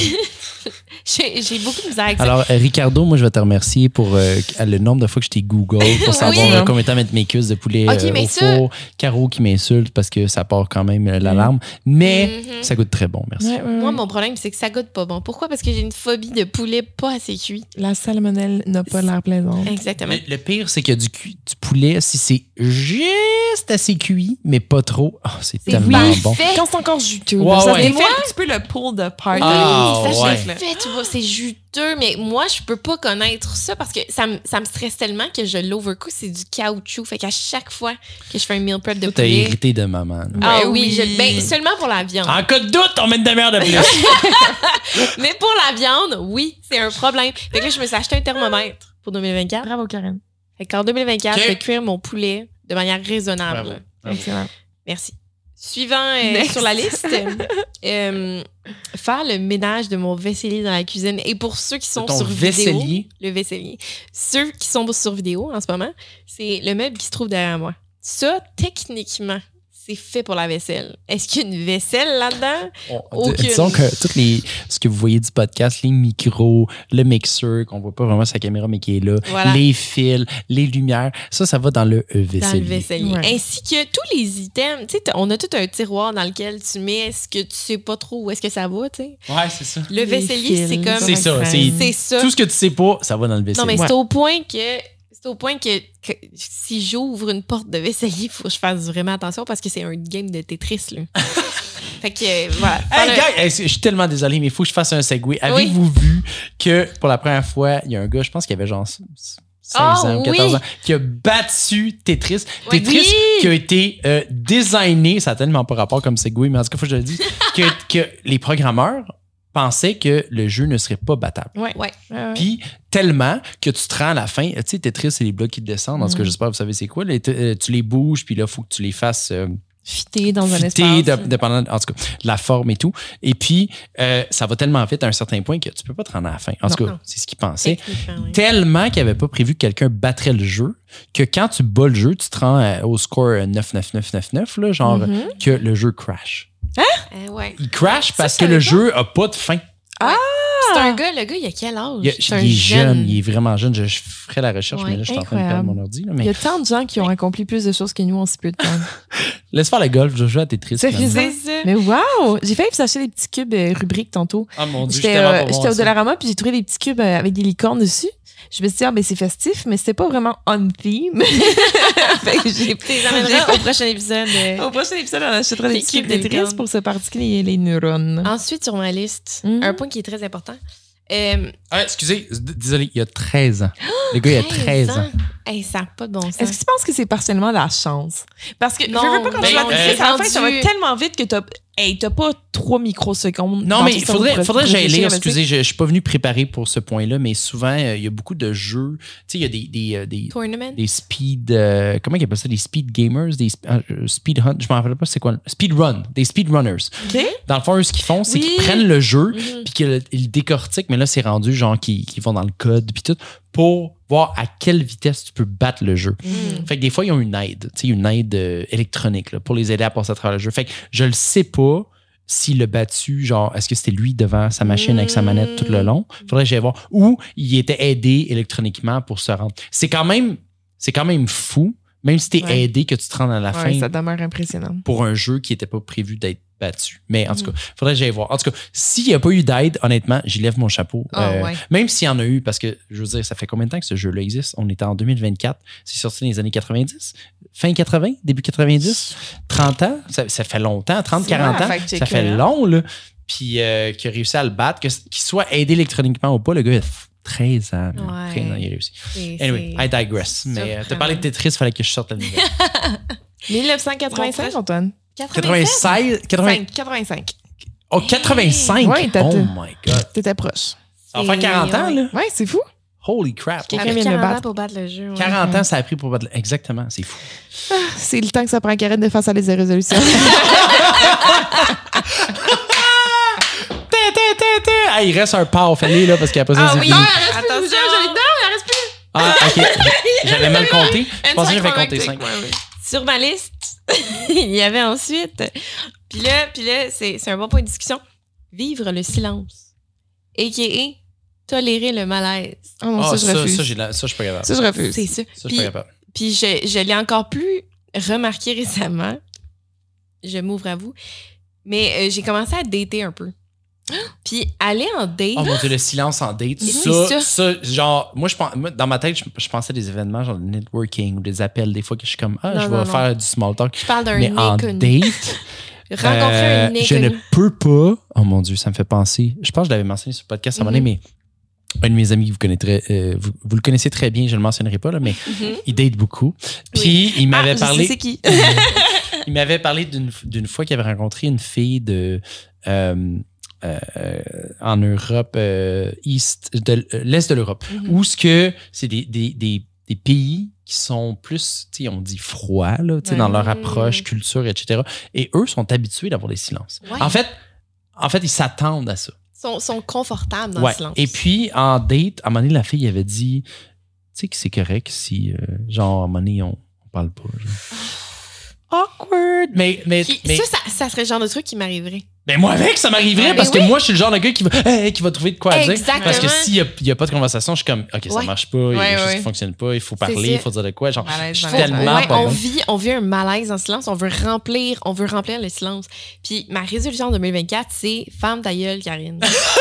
j'ai, j'ai beaucoup de misère avec ça. Alors, euh, Ricardo, moi, je vais te remercier pour euh, le nombre de fois que je t'ai Google pour savoir Oui. euh, combien de temps mettre mes cuisses de poulet Ok, euh, mais au ça- four. Caro qui m'insulte parce que ça part quand même euh, l'alarme. Mais Mhm. ça goûte très bon, merci. Ouais, ouais, Moi, ouais. mon problème, c'est que ça goûte pas bon. Pourquoi? Parce que j'ai une phobie de poulet pas assez cuit. La salmonelle n'a pas l'air plaisante. Exactement. Le, le pire, c'est qu'il y a du, cu- du poulet, si c'est juste assez cuit, mais pas trop, oh, c'est C'est tellement bon. parfait. Quand c'est encore juteux, Ouais, là, ça ouais. défait Moi- un petit peu le pull de part. Ah, oui, ça ouais. je l'ai fait, tu vois, c'est juteux, mais moi, je peux pas connaître ça parce que ça, me- ça me stresse tellement que je l'overcook, c'est du caoutchouc. Fait qu'à chaque fois que je fais un meal prep de Toi, t'as poulet... hérité de maman. là. Ah Ouais, oui, oui. je- ben, seulement pour la viande. En cas de doute, on met une demi-heure de plus. Mais pour la viande, oui, c'est un problème. Fait que là, je me suis acheté un thermomètre pour deux mille vingt-quatre. Bravo, Karen. Fait qu'en deux mille vingt-quatre, Ok. je vais cuire mon poulet de manière raisonnable. Bravo. Bravo. Excellent. Merci. Suivant euh, Next. sur la liste, euh, faire le ménage de mon vaisselier dans la cuisine. Et pour ceux qui sont Ton sur vaisselier? vidéo, le vaisselier, ceux qui sont sur vidéo en ce moment, c'est le meuble qui se trouve derrière moi. Ça, techniquement, c'est fait pour la vaisselle. Est-ce qu'il y a une vaisselle là-dedans? On- Aucune. Disons que toutes les, ce que vous voyez du podcast, les micros, le mixeur, qu'on voit pas vraiment sa caméra, mais qui est là, Voilà. les fils, les lumières, ça, ça va dans le euh, Dans le vaisselier. vaisselier. Ouais. Ainsi que tous les items. Tu sais, t'as- on a tout un tiroir dans lequel tu mets ce que tu sais pas trop où est-ce que ça va, tu sais. Ouais, c'est ça. Le Les vaisselier, fils, c'est comme... C'est ça, crème. c'est- C'est ça. Tout ce que tu sais pas, ça va dans le vaisselier. Non, mais Ouais. c'est au point que c'est au point que, que si j'ouvre une porte de vaisselier, il faut que je fasse vraiment attention parce que c'est un game de Tetris, là. Fait que, euh, voilà. Hey, Faire gars, hey, je suis tellement désolé, mais il faut que je fasse un segue. Oui. Avez-vous vu que pour la première fois, il y a un gars, je pense qu'il avait genre seize Ah, ans ou quatorze oui. ans, qui a battu Tetris. Oui. Tetris Oui. qui a été euh, designé, ça n'a tellement pas rapport comme segue, mais en tout cas, il faut que je le dise, que, que les programmeurs pensaient que le jeu ne serait pas battable. Ouais. Ouais. Ouais, ouais. Puis tellement que tu te rends à la fin, tu sais, Tetris, c'est les blocs qui descendent. En tout cas, Mm. j'espère que vous savez c'est quoi. Les- euh, tu les bouges, puis là, il faut que tu les fasses euh, Fité dans un fitter, espace. de- dépendant, en tout cas, de la forme et tout. Et puis, euh, ça va tellement vite à un certain point que tu peux pas te rendre à la fin. En tout cas, Non. c'est ce qu'ils pensaient. Techniquement, oui. Tellement qu'ils n'avaient pas prévu que quelqu'un battrait le jeu, que quand tu bats le jeu, tu te rends euh, au score neuf neuf neuf neuf neuf, là, genre Mhm. que le jeu crash. Euh, ouais. Il crash parce je que le savais jeu a pas de fin. C'est un gars, le gars, il a quel âge? Il, C'est un il est jeune, il est vraiment jeune. Je, je ferai la recherche, Ouais, mais là, je suis en train de perdre incroyable. mon ordi. Là, Il mais y a tant de gens qui ont accompli plus de choses que nous en si peu de temps. laisse faire le golf, je joue à Tetris. C'est finalement. faisait- C'est ça. Mais wow! J'ai failli vous acheter des petits cubes euh, rubriques tantôt. Ah mon dieu, je suis J'étais tellement euh, pas bon j'étais à au ça. Dollarama puis j'ai trouvé des petits cubes euh, avec des licornes dessus. Je me suis dit, ah, ben c'est festif, mais c'était pas vraiment on theme. Fait que j'ai Tu les amèneras au prochain épisode. euh. Au prochain épisode, on achètera des Les cubes cubes de de Tetris licorne. pour se particulier les, les neurones. Ensuite, sur ma liste, Mhm. un point qui est très important. Euh, Ah, excusez, d- désolé, il y a treize ans. Le gars, il a treize ans. Hey, ça n'a pas de bon sens. Est-ce que tu penses que c'est partiellement de la chance? Parce que Non, je veux pas quand ben, tu vas euh, Tetris, à la fin, ça va rendu- tellement vite que t'as hey, t'as pas trois microsecondes. Non, dans mais ton il cerveau faudrait, pour faudrait que j'aille réfléchir, lire. mais tu sais, Excusez, je, je suis pas venu préparer pour ce point-là, mais souvent, euh, il y a beaucoup de jeux. Tu sais, il y a des, des, euh, des, Tournament? des speed. euh, comment ils appellent ça? Des speed gamers, des sp- euh, speed hunt. Je m'en rappelle pas c'est quoi. Speed run. Des speed runners. OK? Dans le fond, eux, ce qu'ils font, c'est Oui. qu'ils prennent le jeu Mhm. puis qu'ils le- ils le décortiquent, mais là, c'est rendu genre qu'ils qu'ils vont dans le code puis tout pour voir à quelle vitesse tu peux battre le jeu. Mhm. Fait que des fois, ils ont une aide, tu sais, une aide euh, électronique là, pour les aider à passer à travers le jeu. Fait que je le sais pas s'il l'a battu, genre, est-ce que c'était lui devant sa machine avec sa manette tout le long? Faudrait que j'aille voir. Ou il était aidé électroniquement pour se rendre. C'est quand même, c'est quand même fou, même si t'es Ouais. aidé, que tu te rends à la Ouais, fin ça demeure impressionnant. pour un jeu qui n'était pas prévu d'être battu. Mais en tout Mm. cas, faudrait que j'aille voir. En tout cas, s'il n'y a pas eu d'aide, honnêtement, j'y lève mon chapeau. Ah, Euh, ouais. Même s'il y en a eu, parce que, je veux dire, ça fait combien de temps que ce jeu-là existe? On était en deux mille vingt-quatre. C'est sorti dans les années quatre-vingt-dix? Fin quatre-vingts? Début quatre-vingt-dix? trente ans? Ça, ça fait longtemps. trente, C'est quarante vrai, ans. fact-checker, Ça fait hein. long, là. Puis, euh, qu'il a réussi à le battre, que- qu'il soit aidé électroniquement ou pas, le gars, il a treize ans. man. Ouais. treize ans, il a réussi. C'est- Anyway, c'est- I digress. Mais euh, t'as surprenant. parlé de Tetris, il fallait que je sorte la nouvelle. dix-neuf cent quatre-vingt-cinq, Antoine. quatre-vingt-seize? quatre-vingts cinq, quatre-vingt-cinq. Oh, quatre-vingt-cinq? Ouais, t'as- oh my God. T'étais proche. Ça va faire quarante ans, là? Ouais, c'est fou. Holy crap. Quelqu'un Avec vient de me quarante ans battre. pour battre le jeu. ouais. quarante ans, ça a pris pour battre. le- Exactement, c'est fou. C'est le temps que ça prend à Karen de faire sa liste de résolution. Té, té, té, té. Ah, il reste un pas, fallait là, parce qu'après ça, Ah c'est oui, fini. non, il reste plus. Attention. J'allais- non, il reste plus. Ah, ok. J'avais mal compté. Je pensais que j'avais compté N cinq cinq. ouais, ouais. Sur ma liste, il y avait ensuite Puis là, puis là c'est, c'est un bon point de discussion. Vivre le silence. A K A tolérer le malaise. Oh non, Ah, ça, je ça, refuse. ça, j'ai la- ça, je suis pas capable. Ça, je refuse. C'est ça. Ça, je suis Puis, pas capable. puis je, je l'ai encore plus remarqué récemment. Je m'ouvre à vous. Mais euh, j'ai commencé à dater un peu. Puis aller en date. Oh mon Dieu, le silence en date. Oui, Ça, ça. ça, genre, moi, je pense, moi, dans ma tête, je, je pensais à des événements, genre de networking ou des appels, des fois que je suis comme, ah, Non, je non, vais non. faire du small talk. Je parle d'un Mais en inconnu. date, Rencontrer euh, un je ne inconnu. peux pas. Oh mon Dieu, ça me fait penser. Je pense que je l'avais mentionné sur le podcast à un moment donné, mais un de mes amis, vous, connaîtrez, euh, vous, vous le connaissez très bien, je ne le mentionnerai pas, là, mais Mhm. il date beaucoup. Puis, il m'avait Ah, je parlé. sais c'est qui. Il m'avait parlé d'une, d'une fois qu'il avait rencontré une fille de euh, euh, en Europe, euh, East, de, euh, l'Est de l'Europe, Mhm. où ce que c'est des, des, des, des pays qui sont plus, tu sais, on dit froids, là, tu sais, Ouais. dans leur approche, culture, et cetera. Et eux sont habitués d'avoir des silences. Ouais. En fait, en fait, ils s'attendent à ça. Sont, sont confortables dans Ouais. le silence. Et puis, en date, à un moment donné, la fille avait dit, tu sais que c'est correct si, euh, genre, à un moment donné, on, on parle pas. Genre. Awkward. Mais, mais, Puis mais, ça, ça, ça serait le genre de truc qui m'arriverait. mais moi avec, ça m'arriverait Ouais, parce mais que oui. moi, je suis le genre de gars qui va, hey, qui va trouver de quoi à dire. Exactement. Parce que s'il n'y a, a pas de conversation, je suis comme, OK, ça Ouais. marche pas, il y a Ouais, des choses ouais. qui fonctionnent pas, il faut C'est parler, ça. il faut dire de quoi. Genre, Malaise, je suis malaise, tellement Ouais, pas on bon. vit, on vit un malaise en silence. On veut remplir, on veut remplir le silence. Puis ma résolution en deux mille vingt-quatre, c'est ferme ta gueule, Karine.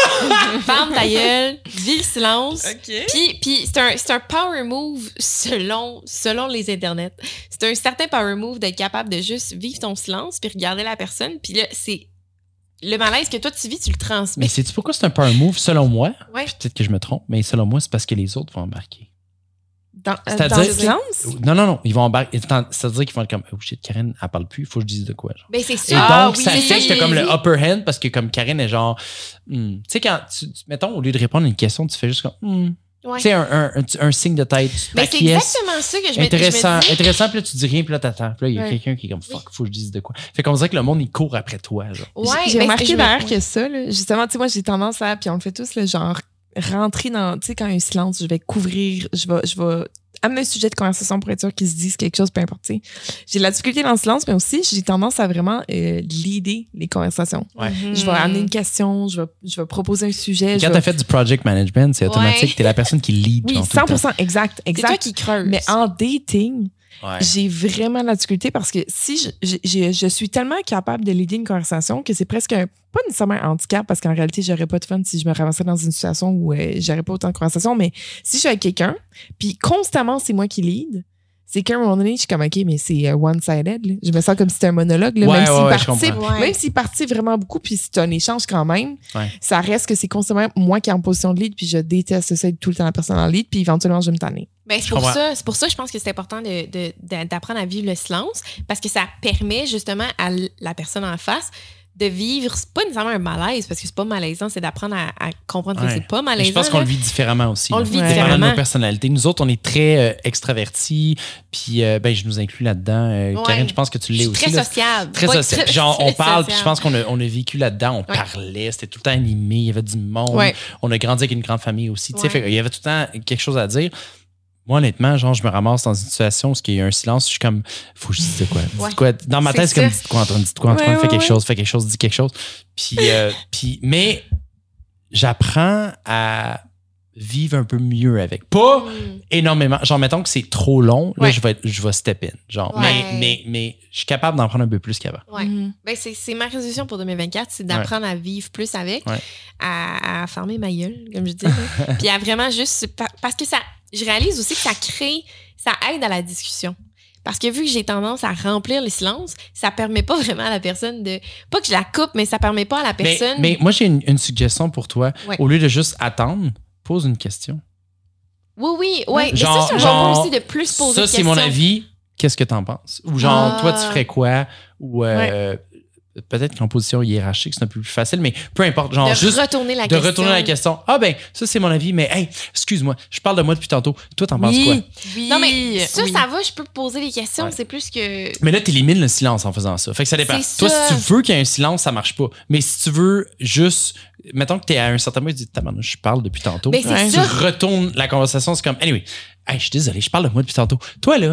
Ferme ta gueule, vis le silence. OK. Puis, puis c'est un, c'est un power move selon, selon les internets. C'est un certain power move d'être capable de juste vivre ton silence puis regarder la personne. Puis là, c'est le malaise que toi tu vis, tu le transmets. Mais sais-tu pourquoi c'est un power move, selon moi? Ouais. Puis peut-être que je me trompe, mais selon moi, c'est parce que les autres vont embarquer. Dans, euh, C'est-à-dire- dans le silence? Non, non, non, ils vont embarquer. C'est-à-dire qu'ils vont être comme, oh shit, Karine, elle parle plus, il faut que je dise de quoi. Genre. Ben, c'est Et ça. Ah, donc, oui. ça fait que t'as comme le Oui. upper hand parce que comme Karine est genre, hmm. tu sais, quand, tu, tu- mettons, au lieu de répondre à une question, tu fais juste comme, hmm. Ouais. Tu sais, un, un, un, un signe de tête, tu Ben, c'est t'acquiesces. exactement ça que je me, Intéressant, je me dis. intéressant, puis là, tu dis rien, puis là, t'attends. Puis là, il y a Ouais. quelqu'un qui est comme, fuck, faut que je dise de quoi. Fait qu'on dirait que le monde, il court après toi, genre. Ouais, J'ai ben, remarqué je me- d'ailleurs ouais. que ça, là, justement, tu sais, moi, j'ai tendance à, puis on le fait tous, là, genre, rentrer dans, tu sais, quand il y a un silence, je vais couvrir, je vais, je vais amener un sujet de conversation pour être sûr qu'ils se disent quelque chose, peu importe, tu sais. J'ai de la difficulté dans le silence, mais aussi, j'ai tendance à vraiment euh, leader les conversations. Ouais. Mhm. Je vais amener une question, je vais, je vais proposer un sujet. je Quand vais- t'as fait du project management, c'est automatique, Ouais. t'es la personne qui lead. Oui, genre, tout le cent pour cent, exact, C'est toi exact. qui creuses. Mais en dating, temps. Ouais. j'ai vraiment de la difficulté parce que si je, je, je- je suis tellement capable de leader une conversation que c'est presque un, pas nécessairement un handicap parce qu'en réalité, j'aurais pas de fun si je me ramassais dans une situation où euh, j'aurais pas autant de conversation. Mais si je suis avec quelqu'un, puis constamment, c'est moi qui lead, c'est qu'à un moment donné, je suis comme, OK, mais c'est euh, one-sided. Là. Je me sens comme si c'était un monologue. Là, Ouais, même ouais, s'il ouais, je participe, comprends. Ouais. même s'il participe vraiment beaucoup, puis c'est un échange quand même, Ouais. ça reste que c'est constamment moi qui est en position de lead, puis je déteste ça, être tout le temps la personne en lead, puis éventuellement, je vais me tanner. Ben, c'est Je pour comprends. ça, c'est pour ça que je pense que c'est important de, de- de- d'apprendre à vivre le silence parce que ça permet justement à l- la personne en face de vivre, c'est pas nécessairement un malaise parce que c'est pas malaisant, c'est d'apprendre à, à comprendre que Ouais. c'est pas Mais malaisant. je pense qu'on là. le vit différemment aussi. On là. le vit Ouais. Dépendant de différemment. nos personnalités. Nous autres, on est très euh, extravertis. Puis, euh, ben, je nous inclus là-dedans. Euh, Ouais. Karine, je pense que tu Je l'es suis aussi. très là. sociable. Très Pas social. très- Puis genre, on très parle, puis je sociable. pense qu'on a, on a vécu là-dedans, on Ouais. parlait, c'était tout le temps animé, il y avait du monde. Ouais. On a grandi avec une grande famille aussi. tu sais, Ouais. fait qu'il y avait tout le temps quelque chose à dire. Moi, honnêtement, genre, je me ramasse dans une situation où il y a un silence, je suis comme, faut que je dise de quoi. Dis de Ouais. quoi. Dans ma C'est tête, c'est comme, ça. dis de quoi, Antoine, dis de quoi, Antoine, Ouais, fais ouais, quelque ouais. chose, fais quelque chose, dis quelque chose. Puis, euh, puis, mais j'apprends à vivre un peu mieux avec. Pas Mm. énormément. Genre, mettons que c'est trop long, là, Ouais. je vais, être- je vais step in. Genre, Ouais. mais, mais, mais je suis capable d'en prendre un peu plus qu'avant. Ouais. Mhm. Ben, c'est, c'est ma résolution pour deux mille vingt-quatre, c'est d'apprendre à vivre plus avec, Ouais. à, à fermer ma gueule, comme je dis. là. Puis à vraiment juste. pa- Parce que ça. Je réalise aussi que ça crée. Ça aide à la discussion. Parce que vu que j'ai tendance à remplir les silences, ça permet pas vraiment à la personne de. Pas que je la coupe, mais ça permet pas à la Mais, personne. mais moi, j'ai une, une suggestion pour toi. Ouais. Au lieu de juste attendre, pose une question. Oui, oui, ouais. Mais Genre- ça, c'est un genre, bon point aussi de plus poser Ça, de c'est questions. mon avis. Qu'est-ce que t'en penses? Ou genre, Ah. toi, tu ferais quoi? Ou euh, peut-être qu'en position hiérarchique, c'est un peu plus facile, mais peu importe. Genre, de juste retourner la de question. retourner la question. Ah ben, ça, c'est mon avis, mais hey, excuse-moi, je parle de moi depuis tantôt. Toi, t'en penses quoi? Oui. Non, mais ça, Oui. ça va, je peux poser les questions. Ouais. C'est plus que. Mais là, t'élimines le silence en faisant ça. Fait que ça dépend. C'est Toi, ça. si tu veux qu'il y ait un silence, ça marche pas. Mais si tu veux juste. Mettons que t'es à un certain moment, tu dis, tabarnak, je parle depuis tantôt. Mais c'est Ouais. Tu ça. retournes la conversation, c'est comme, anyway, hey, je suis désolé, je parle de moi depuis tantôt. Toi, là,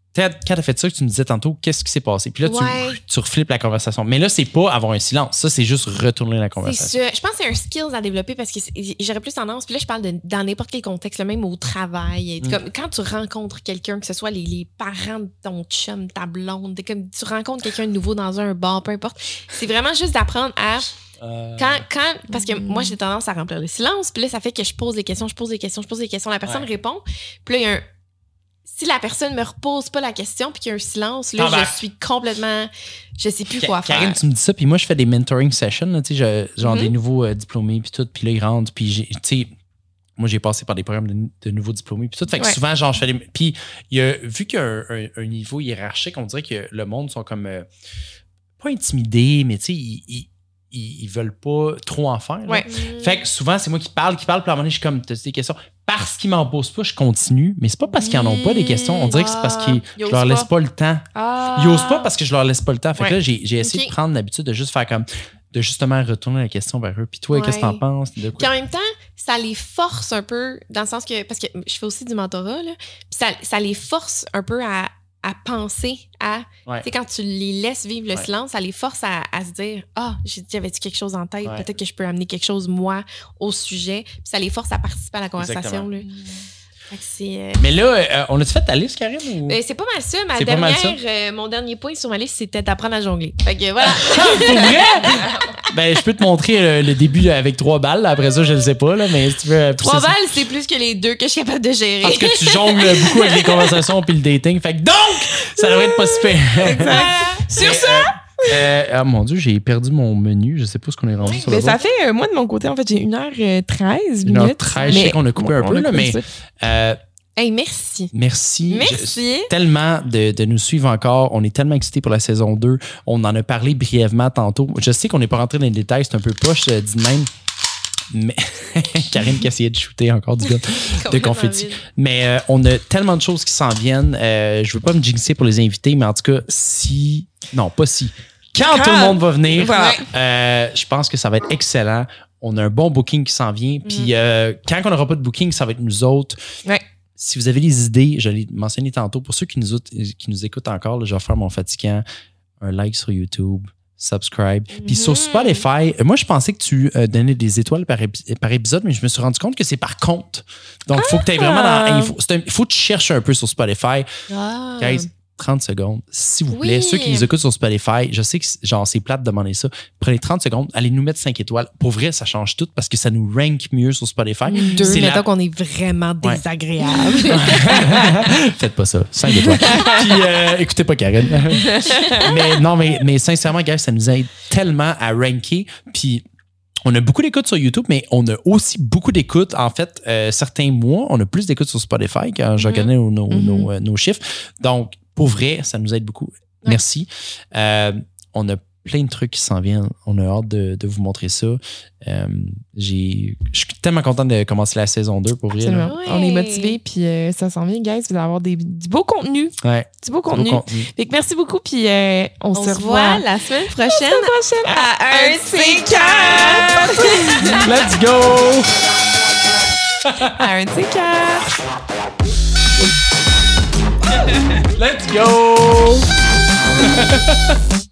quand t'as fait ça, que tu me disais tantôt, qu'est-ce qui s'est passé? Puis là, Ouais. tu, tu reflippes la conversation. Mais là, c'est pas avoir un silence. Ça, c'est juste retourner la C'est conversation. ça. Je pense que c'est un skills à développer parce que c'est- j'aurais plus tendance. Puis là, je parle de, dans n'importe quel contexte, là, même au travail. Et Mm. Comme, quand tu rencontres quelqu'un, que ce soit les, les parents de ton chum, ta blonde, t'es comme, tu rencontres quelqu'un de nouveau dans un bar, peu importe. C'est vraiment juste d'apprendre à. Euh, Quand, quand, parce que Mm. moi, j'ai tendance à remplir le silence. Puis là, ça fait que je pose des questions, je pose des questions, je pose des questions. La personne Ouais. répond. Puis là, il y a un. Si la personne me repose pas la question puis qu'il y a un silence, là, T'embarques. je suis complètement. Je sais plus Ka- quoi Karine, faire. tu me dis ça, puis moi, je fais des mentoring sessions, là, tu sais, je- genre Mhm. des nouveaux euh, diplômés, puis tout, puis là, ils rentrent, puis j'ai, tu sais, moi, j'ai passé par des programmes de, de nouveaux diplômés, puis tout, fait que Ouais. souvent, genre, je fais des. Puis, il y a, vu qu'il y a un, un- un niveau hiérarchique, on dirait que le monde sont comme. euh, pas intimidés, mais tu sais, ils, ils, ils, ils veulent pas trop en faire. là. Ouais. Fait que souvent, c'est moi qui parle, qui parle, puis à un moment donné, je suis comme, t'as des questions. Parce qu'ils m'en posent pas, je continue, mais c'est pas parce qu'ils en ont pas des questions, on dirait que c'est parce qu'ils Ils je leur osent laisse pas. pas le temps. Ah. Ils osent pas parce que je leur laisse pas le temps. Fait que Ouais. là, j'ai, j'ai essayé Ok. de prendre l'habitude de juste faire comme. De justement retourner la question vers eux. Puis toi, Ouais. qu'est-ce que t'en penses? De Puis quoi? en même temps, ça les force un peu, dans le sens que, parce que je fais aussi du mentorat, là, puis ça, ça les force un peu à, à penser à, Ouais. tu sais, quand tu les laisses vivre le Ouais. silence, ça les force à, à se dire, ah, j'ai j'avais-tu quelque chose en tête, Ouais. peut-être que je peux amener quelque chose, moi, au sujet, puis ça les force à participer à la conversation, là. Fait que c'est... euh, Mais là, euh, on a-tu fait ta liste, Karine? Ou... ben, c'est pas mal ça. Ma C'est pas mal dernière, ça. euh, mon dernier point sur ma liste, c'était d'apprendre à jongler. Fait que voilà. Pour vrai? Ben, je peux te montrer le, le début là, avec trois balles. là. Après ça, je le sais pas, là, mais si tu veux. Trois c'est- balles, c'est plus que les deux que je suis capable de gérer. Parce que tu jongles beaucoup avec les conversations puis le dating. Fait que donc, ça devrait être pas si pire. Sur Mais, ça, euh, euh, ah mon Dieu, j'ai perdu mon menu. Je sais pas ce qu'on est rendu sur ben, le ça bord. fait, euh, moi, de mon côté, en fait, j'ai une heure treize une heure minutes. treize, je sais qu'on a coupé un on peu, a là, coupé mais ça. euh, Hey, merci. merci. Merci. Je- tellement de, de nous suivre encore. On est tellement excités pour la saison deux. On en a parlé brièvement tantôt. Je sais qu'on n'est pas rentré dans les détails. C'est un peu poche, euh, dit de même. Mais Karine qui essayait de shooter encore du gars de Complètement confetti. vide. Mais euh, on a tellement de choses qui s'en viennent. Euh, je veux pas me jinxer pour les invités, mais en tout cas, si... Non, pas si. Quand, Quand- tout le monde va venir, Voilà. euh, je pense que ça va être excellent. On a un bon booking qui s'en vient. Puis euh, quand on n'aura pas de booking, ça va être nous autres. Ouais. Si vous avez des idées, je l'ai mentionné tantôt, pour ceux qui nous, qui nous écoutent encore, là, je vais faire mon fatigant, un like sur YouTube, subscribe. Puis sur Mhm. Spotify, euh, moi, je pensais que tu euh, donnais des étoiles par, épi- par épisode, mais je me suis rendu compte que c'est par compte. Donc, il faut que tu ailles vraiment dans. Il faut, c'est un- il faut que tu cherches un peu sur Spotify. Ah. Guys, trente secondes, s'il vous plaît. Oui. Ceux qui nous écoutent sur Spotify, je sais que c'est- genre c'est plate de demander ça. Prenez trente secondes, allez nous mettre cinq étoiles. Pour vrai, ça change tout parce que ça nous rank mieux sur Spotify. Deux, C'est mettons la- qu'on est vraiment Ouais. désagréable. Faites pas ça. cinq étoiles. Puis euh, écoutez pas Karine. mais non, mais, mais sincèrement, guys, ça nous aide tellement à ranker. Puis on a beaucoup d'écoutes sur YouTube, mais on a aussi beaucoup d'écoutes. En fait, euh, certains mois, on a plus d'écoutes sur Spotify quand je Mhm. reconnais nos, nos, Mhm. nos, euh, nos chiffres. Donc, pour vrai, ça nous aide beaucoup. Merci. Euh, on a plein de trucs qui s'en viennent. On a hâte de, de vous montrer ça. Euh, j'ai, je suis tellement content de commencer la saison deux pour vrai. là. Absolument. Ouais. On est motivés, puis euh, ça s'en vient, guys. Vous allez avoir des, du beau contenu. Ouais, Du beau beau contenu. contenu. Fait que merci beaucoup, puis euh, on, On se se revoit voit la semaine prochaine prochaine à un de ces quatre. Let's go! À un de ces quatre. Let's go!